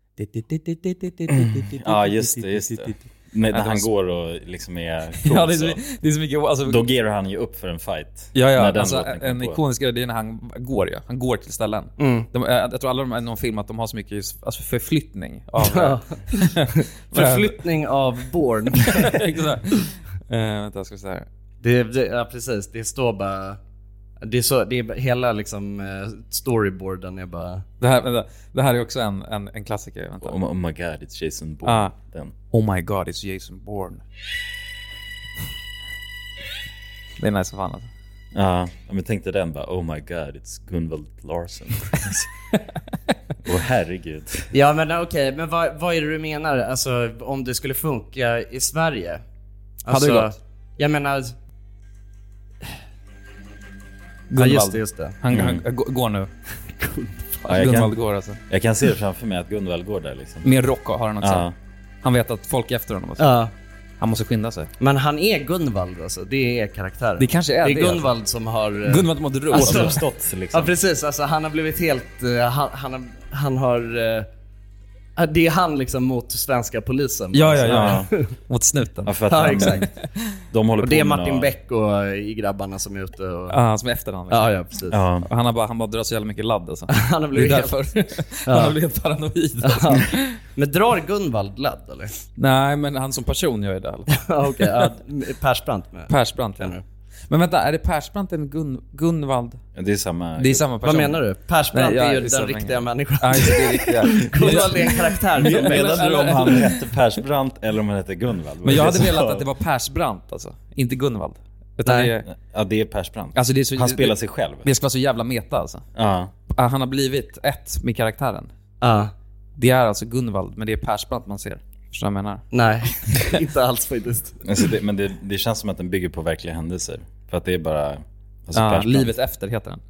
Ja, just det. När han går och liksom är ja, det är så mycket, alltså, då ger han ju upp för en fight. Ja, alltså en ikonisk grej är när han går ju. Han går till ställen. Jag tror alla de är någon film att de har så mycket alltså förflyttning av förflyttning av Bourne. Exakt. Vänta, jag ska säga. Ja, precis. Det står bara... Det är hela liksom storyboarden är bara... Det här är också en klassiker. Vänta. Oh my god, it's Jason Bourne. Oh my god, it's Jason Bourne. Det är nice som fan alltså. Ja, men tänkte den bara, oh my god, it's Gunvald Larsson. Herregud. Ja, men okej, men vad är det du menar? Alltså, om det skulle funka i Sverige? Alltså, hade det gått? Jag menar... Gunvald. Ja, just det. Han går nu. Gunvald går alltså. Jag kan se det framför mig att Gunvald går där liksom. Mer rock har han också. Han vet att folk är efter honom alltså. Ja. Han måste skynda sig. Men han är Gunvald alltså. Det är karaktären. Det kanske är det. Det är Gunvald alltså. Som har... Gunvald mot Rubb. Återuppstått liksom. Ja, precis. Alltså han har blivit helt... Han har... Det är han liksom mot svenska polisen. Ja. Mot snuten. Ja, för att exakt. De håller och det är på Martin Beck och i grabbarna som är ute och... Ja, som är efter han liksom. Ja, precis. Ja. Han bara drar så jävla mycket ladd alltså. Han har blivit därför. Han har blivit paranoid alltså. Men drar Gunvald ladd eller? Nej, men han som person gör ju det. Okej, Persbrandt med. Persbrandt, ja. Men vänta, är det Persbrandt eller Gunvald? Ja, det är samma person. Vad menar du? Persbrandt är ju den riktiga människan. Ja, det är riktiga. Gunvald är en karaktär. Menar du om han hette Persbrandt eller om han hette Gunvald? Men jag hade velat att det var Persbrandt alltså, inte Gunvald. Nej. Det är Persbrandt. Alltså det är så, han spelar sig själv. Det ska vara så jävla meta alltså. Ja. Han har blivit ett med karaktären. Ja. Det är alltså Gunvald, men det är Persbrandt man ser. Förstår du vad jag menar? Nej, inte alls faktiskt. Alltså men det känns som att den bygger på verkliga händelser. För att det är bara... Alltså livet efter heter den.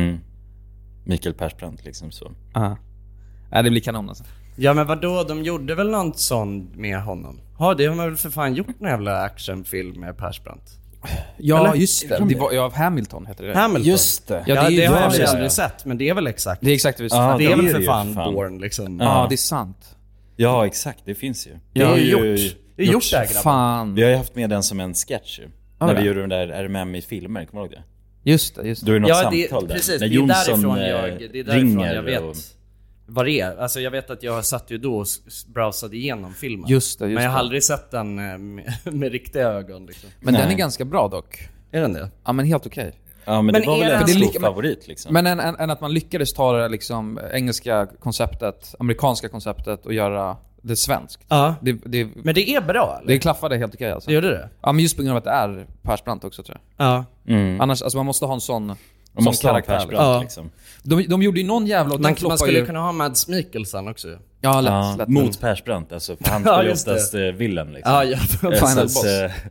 Mikael Persbrandt liksom så. Det blir kanon alltså. Ja, men vadå? De gjorde väl något sånt med honom? Ja, det har man väl för fan gjort en jävla actionfilm med Persbrandt. Ja, eller? Just det. Det var Hamilton heter det. Hamilton. Just det. Ja, det har jag aldrig sett, men det är väl exakt. Det är exakt det. Det är väl för fan Bourne liksom. Ja, det är sant. Ja, exakt. Det finns ju. Det är gjort. Det är gjort där, grabbar. Fan. Vi har ju haft med den som en sketch ju. När vi gjorde den där RMM i filmer, kommer du ihåg det? Just det. Då är det något samtal där. Precis, när det är därifrån jag vet vad det är. Alltså jag vet att jag satt ju då och browsade igenom filmen. Just det. Men jag har aldrig sett den med riktiga ögon liksom. Men den är ganska bra dock. Är den det? Ja, men helt okej. Ja, men det var väl en stor favorit liksom. Men än att man lyckades ta det liksom engelska konceptet, amerikanska konceptet och göra det svenskt. Ja. Men det är bra eller? Det klaffade helt okej alltså. Det gjorde det? Ja, men just på grund av att det är Persbrandt också tror jag. Ja. Annars, alltså man måste ha en sån man måste karaktär. Ha Persbrandt liksom. De gjorde ju någon jävla... Man skulle kunna ha Mads Mikkelsen också. Ja, lätt. Mot Persbrandt alltså. För han spelar ju oftast villen liksom. Ja, Final boss.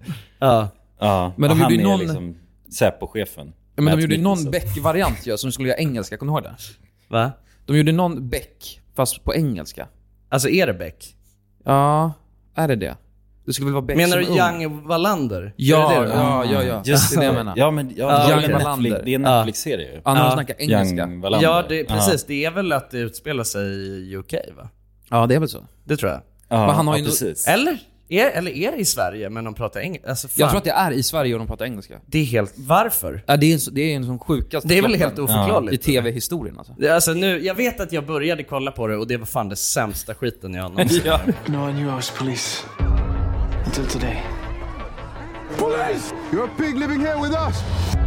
Ja. Men de gjorde ju någon... liksom Säpo-chefen. Men de gjorde ju någon Beck-variant ju, som skulle göra engelska, kommer du ihåg det? Va? De gjorde någon Beck, fast på engelska. Alltså är det Beck? Ja, är det? Det skulle väl vara Beck. Menar du Young Wallander? Ja. Just det jag menar. Ja, men Young Wallander. Det är en Netflix-serie ju. Han snackar engelska. Ja, precis. Det är väl att det utspelar sig i UK, va? Ja, det är väl så. Det tror jag. Men han har ju precis. Eller är det i Sverige men de pratar engelska? Alltså, jag tror att det är i Sverige och de pratar engelska. Det är helt... Varför? Ja, det är en sån sjukast. Det är väl helt oförklarligt. I tv-historien alltså. Alltså nu, jag vet att jag började kolla på det och det var fan det sämsta skiten jag någonsin. No one knew I was police until today. Police! You're a pig living here with us!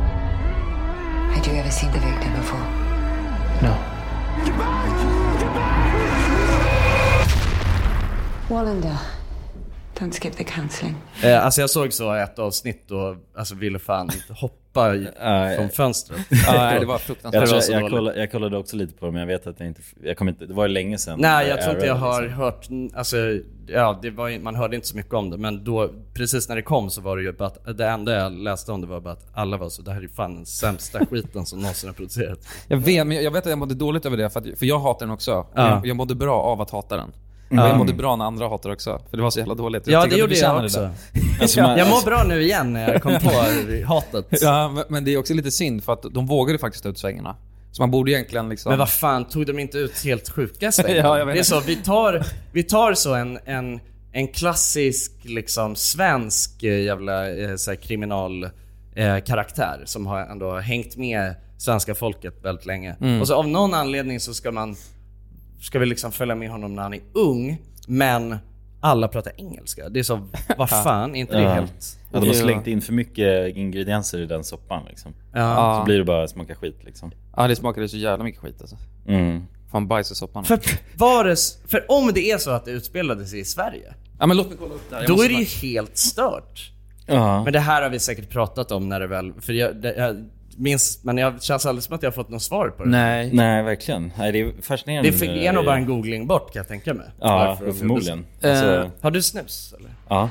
Had you ever seen the victim before? No. Get back! Get back! Wallander. Don't skip the counseling. Alltså jag såg så ett avsnitt och alltså ville fan inte hoppa från fönstret. Nej, det var fruktansvärt. Jag kollade också lite på det, men jag vet att jag kommer inte, det var ju länge sedan. Nej, jag tror inte jag har hört, alltså, ja, man hörde inte så mycket om det, men då, precis när det kom så var det ju bara att det enda jag läste om det var bara att alla var så, det här är fan den sämsta skiten som någonsin har producerat. Jag vet att jag mådde dåligt över det, för jag hatar den också. Jag mådde bra av att hata den. Jag mådde bra när andra hatar också, för det var så jävla dåligt. Ja, det gjorde jag också. Alltså, jag mår bra nu igen när jag kom på hatet. Ja, men det är också lite synd, för att de vågade faktiskt ta ut svängarna. Så man borde egentligen liksom... Men vad fan, tog de inte ut helt sjuka svängar? Det är så, vi tar så en klassisk liksom svensk jävla kriminal karaktär som har ändå hängt med svenska folket väldigt länge. Och så av någon anledning så ska vi liksom följa med honom när han är ung, men alla pratar engelska. Det är så, vad fan, inte det helt... Ja, de har slängt in för mycket ingredienser i den soppan liksom. Så blir det bara smaka skit liksom. Ja, det smakade så jävla mycket skit alltså. Fan, bajs i soppan. För om det är så att det utspelade sig i Sverige, ja, men låt mig kolla upp där. Då är det ju helt stört. Men det här har vi säkert pratat om när det väl... För jag minns, men jag känns alldeles som att jag har fått något svar på det. Nej, verkligen. Nej, det är fascinerande. Det är nog bara en googling bort, kan jag tänka mig. Ja, förmodligen. Har du snus, eller? Ja.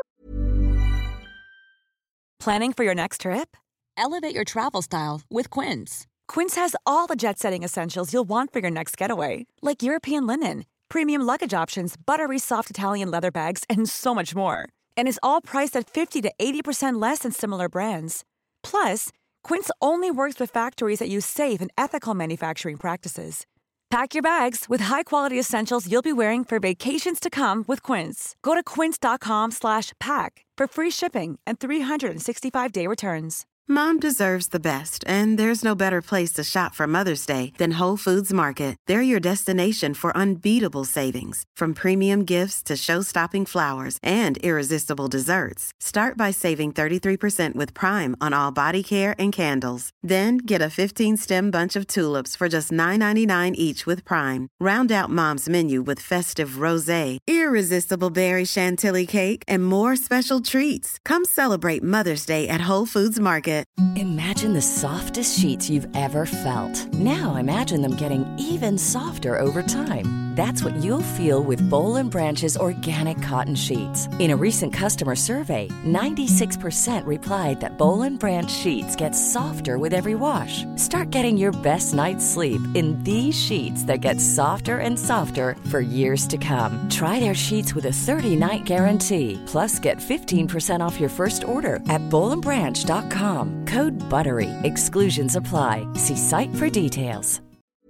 Planning for your next trip? Elevate your travel style with Quince. Quince has all the jet-setting essentials you'll want for your next getaway, like European linen, premium luggage options, buttery soft Italian leather bags, and so much more. And is all priced at 50 to 80% less than similar brands. Plus, Quince only works with factories that use safe and ethical manufacturing practices. Pack your bags with high-quality essentials you'll be wearing for vacations to come with Quince. Go to quince.com/pack for free shipping and 365-day returns. Mom deserves the best, and there's no better place to shop for Mother's Day than Whole Foods Market. They're your destination for unbeatable savings, from premium gifts to show-stopping flowers and irresistible desserts. Start by saving 33% with Prime on all body care and candles. Then get a 15-stem bunch of tulips for just $9.99 each with Prime. Round out Mom's menu with festive rosé, irresistible berry chantilly cake, and more special treats. Come celebrate Mother's Day at Whole Foods Market. Imagine the softest sheets you've ever felt. Now imagine them getting even softer over time. That's what you'll feel with Boll & Branch's organic cotton sheets. In a recent customer survey, 96% replied that Boll & Branch sheets get softer with every wash. Start getting your best night's sleep in these sheets that get softer and softer for years to come. Try their sheets with a 30-night guarantee. Plus, get 15% off your first order at bollandbranch.com. Code BUTTERY. Exclusions apply. See site for details.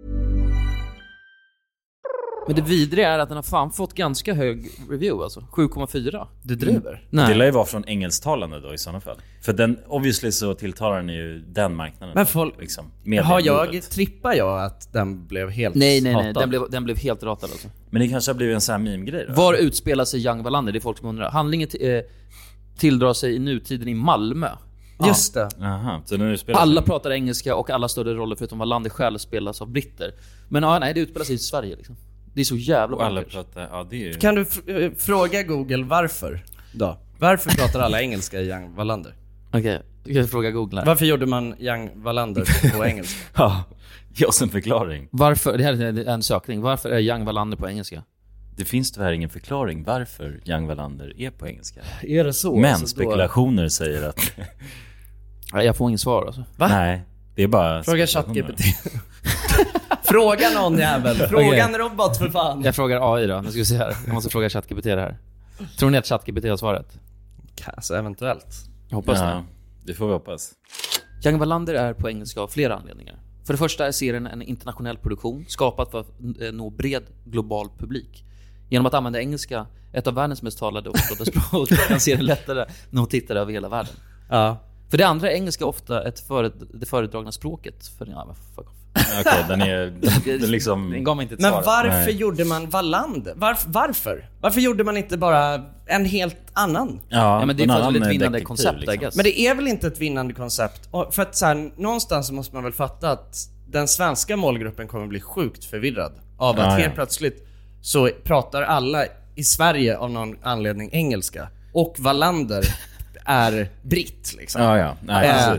Men det vidriga är att den har fan fått ganska hög review, alltså 7,4. Du driver? Nej. Det lär ju vara från engelsktalande då i sådana fall. För den, obviously så tilltalar den ju den marknaden. Men folk, liksom, trippar jag att den blev helt Nej, den blev helt ratad alltså. Men det kanske har blivit en sån här meme-grej då? Var utspelar sig Young Wallander? Det är folk som undrar. Handlingen tilldrar sig i nutiden i Malmö. Just det. Aha, så alla pratar engelska och alla större roller förutom Wallander själv spelas av britter. Men nej, det utspelar sig i Sverige liksom. Det är så jävla och alla pratar, det är ju... Kan du fråga Google varför då? Varför pratar alla engelska i Young Wallander? Okej, du kan fråga Google här. Varför gjorde man Young Wallander på engelska? Ja, ge oss en förklaring. Varför, det här är en sökning. Varför är Young Wallander på engelska? Det finns tyvärr ingen förklaring varför Young Wallander är på engelska. Är det så? Men spekulationer säger att... Jag får ingen svar alltså. Va? Nej, det är bara... Fråga ChatGPT. Fråga någon jävel. Fråga en robot för fan. Jag frågar AI då. Nu ska vi se här. Jag måste fråga ChatGPT det här. Tror ni att ChatGPT har svaret? Alltså eventuellt. Jag hoppas det. Det får vi hoppas. Young Wallander är på engelska av flera anledningar. För det första är serien en internationell produktion skapad för att nå bred global publik. Genom att använda engelska, ett av världens mest talade och förstådda språk, kan serien lättare nå tittare över hela världen. Ja. För det andra är engelska ofta det föredragna språket. Fuck off. Okej, den är liksom... Den gav mig inte ett men svar. Varför gjorde man Wallander? Varför gjorde man inte bara en helt annan? Ja, men det är för ett vinnande koncept, liksom. Men det är väl inte ett vinnande koncept? För att så här, någonstans så måste man väl fatta att den svenska målgruppen kommer bli sjukt förvirrad av att helt plötsligt så pratar alla i Sverige av någon anledning engelska. Och Wallander är britt liksom. Nej, precis.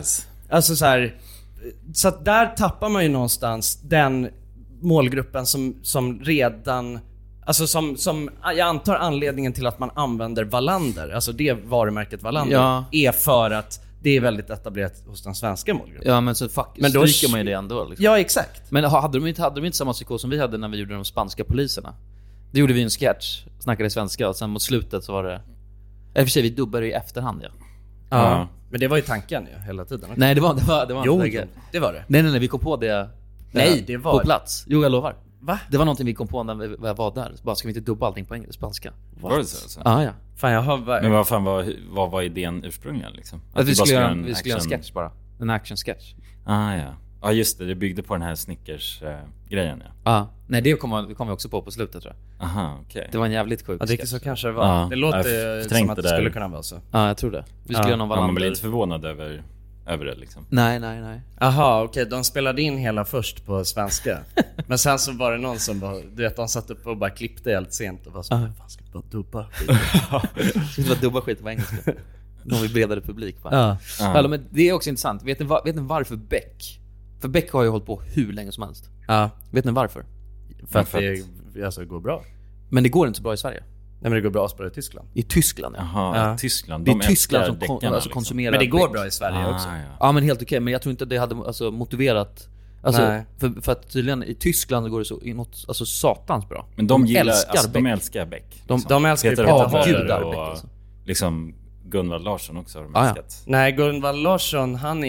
Alltså så här, så att där tappar man ju någonstans den målgruppen som redan, alltså som jag antar anledningen till att man använder Wallander, alltså det varumärket Wallander, är för att det är väldigt etablerat hos den svenska målgruppen. Ja, men så men då stryker man ju det ändå liksom. Ja, exakt. Men hade de inte samma psykos som vi hade när vi gjorde de spanska poliserna? Det gjorde vi en sketch, snackade svenska, och sen mot slutet så var det, i och för sig vi dubbade i efterhand. Ja. Men det var ju tanken ju hela tiden. Okay. Nej, det var jo, det var det. Nej, vi kom på det. Nej, det var på plats. Jo, jag lovar. Va? Det var någonting vi kom på när vi var där. Bara, ska vi inte dubba allting på engelska, spanska? Var det så? Alltså? Ja. Fan, jag har... Men vad var idén ursprungligen liksom? Att vi skulle göra en sketch bara. En action sketch. Ja, just det. Det byggde på den här Snickers-grejen, Nej, det kom vi också på slutet, tror jag. Aha, okej. Det var en jävligt sjuk sketch. Så kanske det var. Det låter som att det skulle kunna vara så. Ja, jag tror det. Vi skulle göra någon Wallander. Man blir inte förvånad över det liksom. Nej. Aha, okej. De spelade in hela först på svenska. Men sen så var det någon som bara, du vet, de satt upp och bara klippte helt sent och var så, fan, ska vi bara dubba skit? Ska vi bara dubba skit på engelska? Någon vi bredare publik. Men det är också intressant. Vet ni varför Beck? För Beck har ju hållit på hur länge som helst. Vet ni varför? För att det går bra. Men det går inte så bra i Sverige. Nej, men det går bra i Tyskland. I Tyskland, Tyskland. Det är Tyskland som konsumerar. Men det går bra i Sverige också. Ja, men helt okej. Men jag tror inte det hade motiverat. Alltså, för att tydligen i Tyskland går det så något, satans bra. Men de älskar Beck. De älskar Peter Haber och liksom Gunvald Larsson också har de älskat. Nej, Gunvald Larsson, han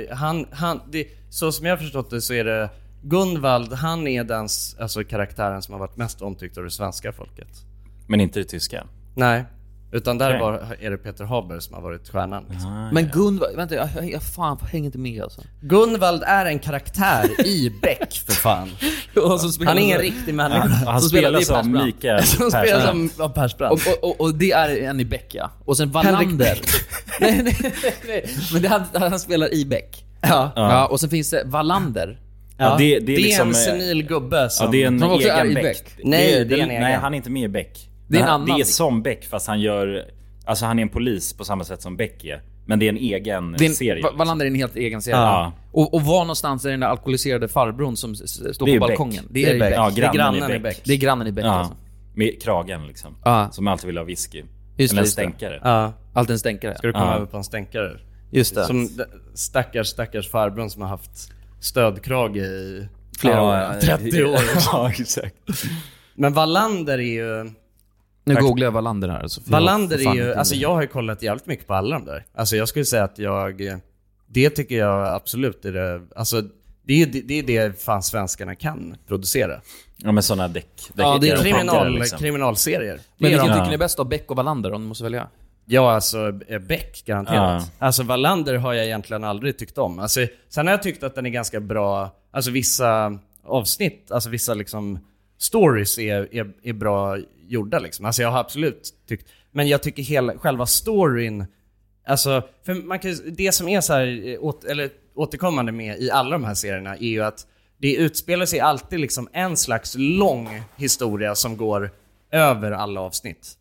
så som jag har förstått det så är det Gunvald, han är den karaktären som har varit mest omtyckt av det svenska folket. Men inte det tyska? Nej, utan där är det Peter Haber som har varit stjärnan liksom. Men Gunvald, vänta, jag hänger inte med alltså. Gunvald är en karaktär i Beck, för fan. Han är ingen riktig människa. Han spelar som Mikael Persbrandt. Och det är en i Beck, ja. Och sen Wallander. nej. Men han spelar i Beck. Ja, och sen finns det Wallander. Ja, det är liksom en senil gubbe som... Ja, det är en egen Beck. Nej, det är en egen. Nej, han är inte med i Beck. Det är en annan. Det är som Beck, fast han gör... Alltså han är en polis på samma sätt som Beck är. Men det är en egen serie. Wallander är en helt egen serie. Ja. Och var någonstans är den där alkoholiserade farbrorn som står på balkongen? Det är Beck. Ja, grannen i Beck. Det är grannen i Beck, alltså. Med kragen liksom. Som alltid vill ha whisky. Eller en stänkare. Alltid en stänkare. Ska du komma över på en stänkare? Just det. Som stackars farbrorn som har haft stödkrage i flera år. 30 år. Ja, exakt. Men Wallander är ju... Nu googlar jag Wallander här. Så Wallander är ju... Alltså jag har ju kollat jävligt mycket på alla de där. Alltså jag skulle säga att det tycker jag absolut är det... Alltså det är det fan svenskarna kan producera. Ja, men sådana däck. Ja, det är kriminalserier. Men vilken tycker ni är bäst av, Beck och Wallander, om du måste välja? Ja, alltså Beck garanterat. Alltså Wallander har jag egentligen aldrig tyckt om. Alltså, sen har jag tyckt att den är ganska bra. Alltså vissa avsnitt, alltså vissa liksom stories är bra gjorda liksom. Alltså jag har absolut tyckt. Men jag tycker själva storyn, alltså för man kan, det som är så här återkommande med i alla de här serierna är ju att det utspelar sig alltid liksom en slags lång historia som går över alla avsnitt.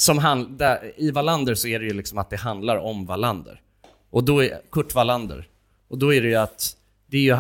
I Wallander så är det ju liksom att det handlar om Wallander. Och då är Kurt Wallander. Och då är det ju att det är ju,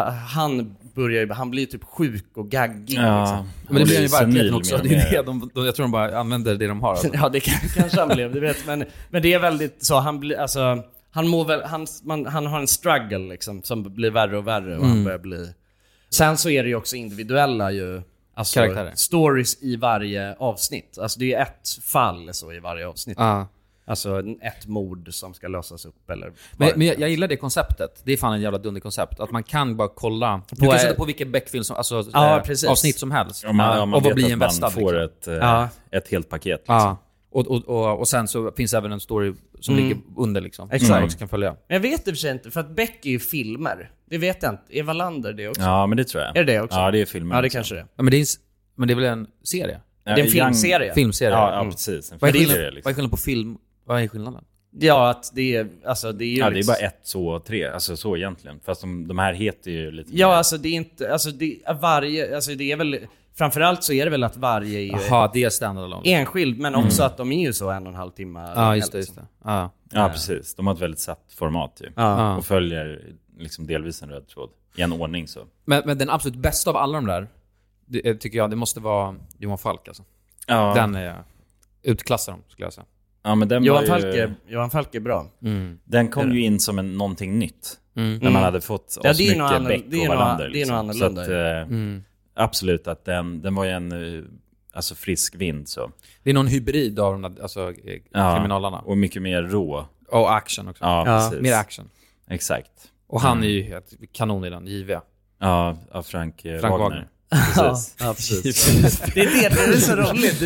han blir typ sjuk och gaggig liksom. Men det blir ju verkligen också. Det är det jag tror de bara använder det de har alltså. Ja, det kanske han blev, du vet, men det är väldigt så, han blir alltså, han mår väl, han har en struggle liksom som blir värre och värre och han börjar bli. Sen så är det ju också individuella ju, alltså karaktärer, stories i varje avsnitt. Alltså det är ett fall så i varje avsnitt. Alltså ett mord som ska lösas upp eller... Men jag gillar det konceptet. Det är fan en jävla dunderkoncept. Att man kan bara kolla... Du kan sätta på vilken Beck-film som... Alltså avsnitt som helst. Och vad blir en bästa. Man får ett helt paket. Liksom. Och sen så finns även en story som ligger under liksom. Exakt. Man kan följa. Men jag vet det för sig inte. För att Beck är ju filmer. Det vet jag inte. Är Wallander det också? Ja, men det tror jag. Är det också? Ja, det är filmer. Ja, det kanske det är. Ja, men det är väl en serie? Det är en filmserie. Filmserie. Ja, precis. Vad är skillnaden på film? Vad är skillnaden? Ja, att det är... Alltså det är ju det är bara 1, 2, 3. Alltså så egentligen. Fast de här heter ju lite... Ja, alltså det är inte... Alltså det är varje... Alltså det är väl... Framförallt så är det väl att varje är ju... Jaha, det är standalone. Enskild, men också att de är ju så 1,5 timme. Ja, just det. Ja, precis. De har ett väldigt satt format ju. Och följer liksom delvis en röd tråd. I en ordning så. Men den absolut bästa av alla de där, det, tycker jag, det måste vara Johan Falk alltså. Ja. Den är utklassar dem, skulle jag säga. Ja, men den Johan Falk är bra. Den kom ju in som någonting nytt. När man hade fått ja, mycket Beck och Wallander. Det är nog annorlunda. Så att, absolut, att den var ju en alltså frisk vind. Så. Det är någon hybrid av de där, alltså, kriminalarna. Och mycket mer rå. Och action också. Ja, precis. Mer action. Exakt. Och han är ju helt kanon i den, JV. Ja, av Frank Wagner. Precis. Ja, precis. Det är så roligt.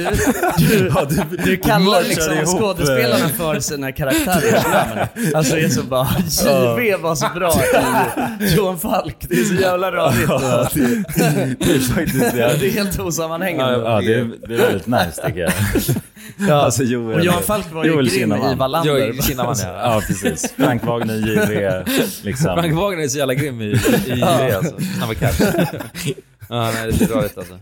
Du kallar liksom skådespelarna för sina karaktärer. Alltså det är så bara JV var så bra i Johan Falk. Det är så jävla rörigt. Det är faktiskt det är helt osammanhängande. Ja, det är väldigt nice tycker jag. Ja. Alltså, och Johan Falk var ju grym i Wallander. Ja, precis. Frank Wagner, JV liksom. Frank Wagner är så jävla grym i JV alltså. Han var cash. Ja, nej, det är rörigt alltså.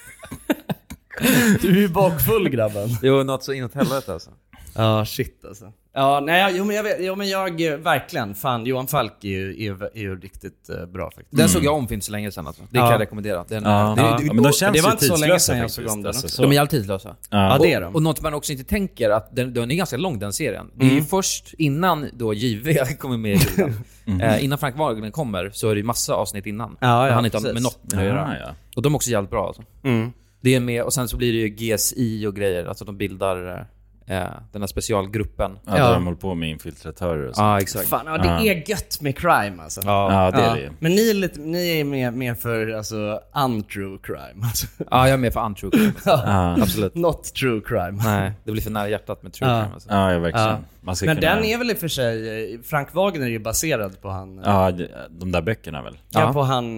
Du är ju bakfull, grabben. Jo, något så inåt helvete alltså. Ja, shit alltså. Ja, nej, men jag verkligen, fan, Johan Falk är ju riktigt bra faktiskt. Den såg jag om för inte så länge sedan alltså. Det kan jag rekommendera. Men de känns det var inte så länge sedan jag såg om den också. De är alltid tidlösa. Ja, det är de. Och något man också inte tänker, att den är ganska lång, den serien. Det är ju först innan då JV kommer med i bilden. Innan Frank Wagner kommer så är det ju massa avsnitt innan. Han inte har med något med att göra. Och de är också jävligt bra alltså. Det är med, och sen så blir det ju GSI och grejer. Alltså de bildar den här specialgruppen. Ja, där de håller på med infiltratörer och så. Ja, exakt. Fan, ja, det är gött med crime alltså. Ja, det är det. Men ni är mer för alltså untrue crime alltså. Ja, jag är med för untrue crime alltså. Absolut. Not true crime. Nej, det blir för nära hjärtat med true crime alltså. Ja, verkligen. Men den är väl i och för sig, Frank Wagner är ju baserad på han. Ja, de där böckerna väl. Ja, på han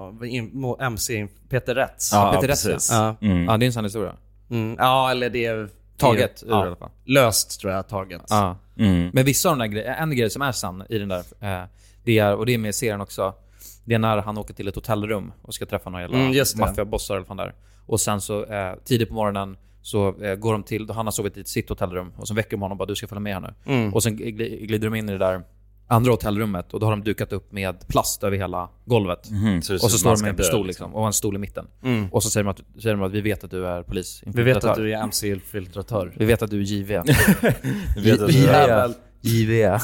MC Peter Rätts. Ja, Peter Rätts. Ja, det är en sann historia. Ja, eller det är taget ur i alla fall. Löst tror jag, taget. Men vissa av de där grejerna, en grej som är sann i den där, det är med serien också. Det är när han åker till ett hotellrum och ska träffa några jävla maffiabossar eller fan där. Och sen så tidigt på morgonen så går de till, då han har sovit i sitt hotellrum, och så väcker de honom och bara, du ska följa med här nu. Och sen glider de in i det där andra hotellrummet, och då har de dukat upp med plast över hela golvet. Och så står de med en pistol liksom, och en stol i mitten. Och så säger de att vi vet att du är polisinfiltratör. Vi vet att du är MC-infiltratör. Vi vet att du är JV. Vi vet att du är JV.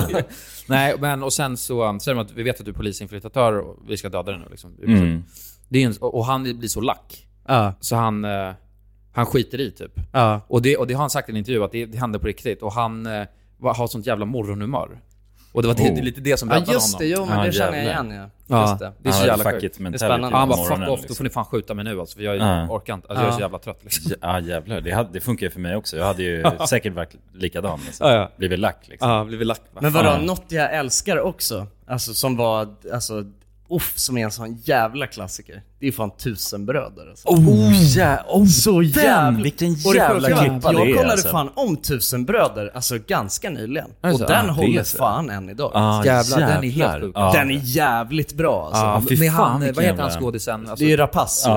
Nej, men och sen så säger de att vi vet att du är polisinfiltratör och vi ska döda dig nu liksom. Det är och han blir så lack. Så han skiter i typ. Och det har han sagt i en intervju, att det händer på riktigt, och han har sånt jävla morgonhumör. Och det var lite det som räddade just det, honom. Jo, men det känner jag igen. Just det. Det är så jävla sjukt. Det är spännande. Han bara, fuck off, då får ni fan skjuta mig nu alltså, för jag orkar inte. Alltså jag är så jävla trött liksom. Ja, jävlar. Det funkar ju för mig också. Jag hade ju säkert varit likadan liksom. Blivit lack liksom. Ja, blivit lack. Men vadå, något jag älskar också, alltså som var, alltså som är en sån jävla klassiker. Det är fan Tusenbröder alltså. Så jävla. Vilken jävla klippa det är. Jag kollade fan om Tusenbröder alltså ganska nyligen. Och den håller fan än idag. Jävlar, den är helt sjuk. Den är jävligt bra alltså. Med han, vad heter han skådisen? Alltså, det är Rapace.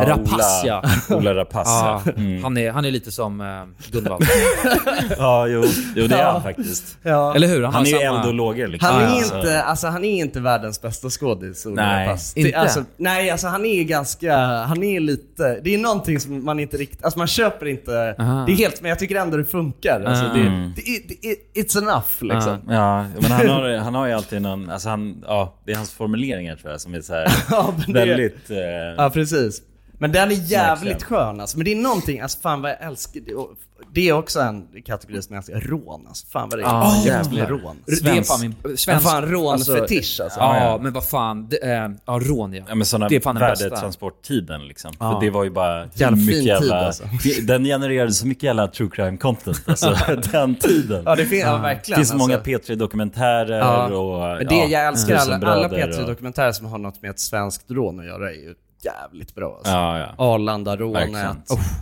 Ola Rapace. Han är lite som Gunvald. Ja, jo, det är han faktiskt. Eller hur? Han är ju eld och lågor liksom. Han är inte världens bästa skådis. Nej, nej, alltså han är ganska, han är lite, det är någonting som man inte riktigt, alltså man köper inte, det är helt, men jag tycker ändå det funkar. Alltså it's enough liksom. Ja, men han har ju alltid någon, alltså det är hans formuleringar tror jag som är så här väldigt ja, precis. Men den är jävligt skön alltså. Men det är någonting, alltså fan vad jag älskar det. Det är också en kategori som jag älskar, rån alltså. Fan vad det är jävla rån. Det är fan min svensk rånfetisch alltså. Ja, men vad fan rån ja. Men såna det är fan den bästa värdetransporttiden liksom. För det var ju bara jävla mycket jävla alltså. Den genererade så mycket jävla true crime content alltså den tiden. Ja, det finns verkligen. Det finns många P3-dokumentärer och det jag älskar alla P3-dokumentärer som har något med ett svenskt rån att göra är ju jävligt bra alltså. Arlanda-rånet.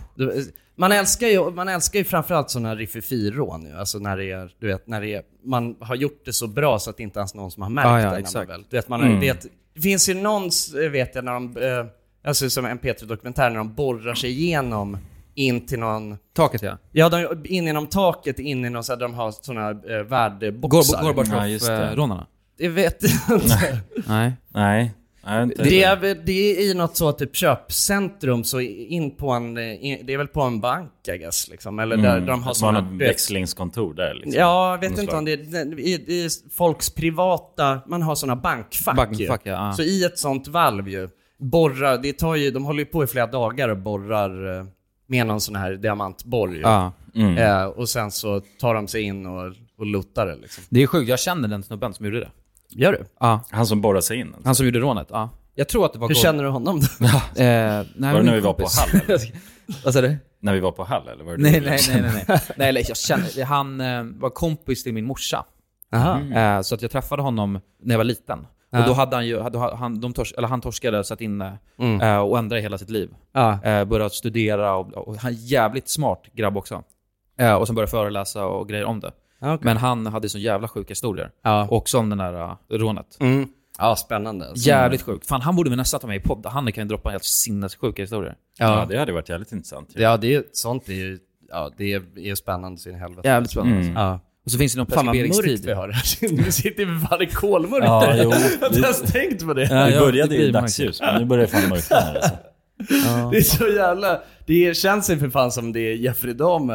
Man älskar ju framförallt såna riff-rån nu, alltså när det är, du vet, när det är, man har gjort det så bra så att det inte ens någon som har märkt det. Exakt. Du vet, man har, det finns ju någon, vet jag, när de alltså som en P3-dokumentär när de borrar sig igenom in till någon taket in genom taket in i någon så där de har såna värdboxar. Gorbachev-rånarna. Det vet jag inte. Nej. Det är i något så typ köpcentrum, så in på det är väl på en bank, I guess, liksom. Eller där de har sådana växlingskontor där liksom. Ja, jag vet inte om det är i folks privata, man har sådana bankfack ja. Så i ett sånt valv ju borrar, de håller ju på i flera dagar och borrar med någon sån här diamantborr ju. Och sen så tar de sig in och luttar det liksom. Det är sjukt, jag känner den snubben som gjorde det. Gör du? Ja. Han som borrar sig in alltså. Han som gjorde rånet, ja. Jag tror att det var... Hur känner du honom då? Nej, var det när vi var på Hall? Vad sa du? När vi var på Hall eller var det Nej, eller jag känner, han var kompis till min morsa. Så att jag träffade honom när jag var liten. Och då hade han ju han torskade, satt inne och ändrade hela sitt liv. Började studera och han är jävligt smart grabb också. Och sen började föreläsa och grejer om det. Men han hade så jävla sjuka historier. Också om den där rånet. Ja, spännande. Jävligt sjukt. Fan, han borde väl nästan ta med i podd. Han kan ju droppa helt sinnessjuka historier. Ja, det hade varit jävligt intressant. Ja, sånt är ju... Ja, det är spännande sin helvete. Jävligt spännande. Ja. Och så finns det någon preskriberingstid. Vi har här. Nu sitter vi fan i kolmörkt. Ja, jag har inte ens tänkt på det. Vi började i dagsljus, men nu börjar det fan mörkt här alltså. Det är så jävla... Det känns ju för fan som det är Jeffrey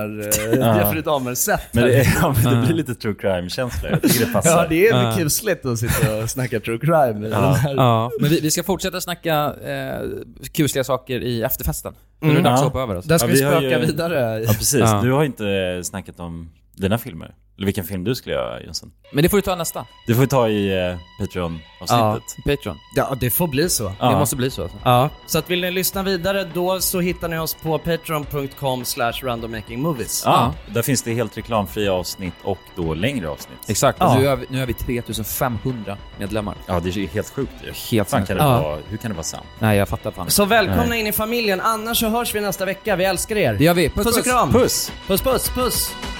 Dahmer sätt. Men det blir lite true crime-känsla. Jag tycker det passar. Ja, det är kusligt att sitta och snacka true crime. Men vi ska fortsätta snacka kusliga saker i efterfesten. Nu är det dags att hoppa över oss. Där ska vi spöka vidare. Ja, precis. Du har inte snackat om dina filmer. Eller vilken film du skulle göra, Jönsson. Men det får du ta nästa. Det får vi ta i Patreon-avsnittet. Patreon. Ja, det får bli så. Det måste bli så. Alltså. Ja, så att vill ni lyssna vidare då så hittar ni oss på patreon.com/randommakingmovies. Ja, där finns det helt reklamfria avsnitt och då längre avsnitt. Exakt. Nu är vi 3500 medlemmar. Ja, det är ju helt sjukt. Helt fan hur kan det vara sant? Nej, jag fattar fan. Så välkomna in i familjen. Annars så hörs vi nästa vecka. Vi älskar er. Det gör vi. Puss och kram. Puss. Puss.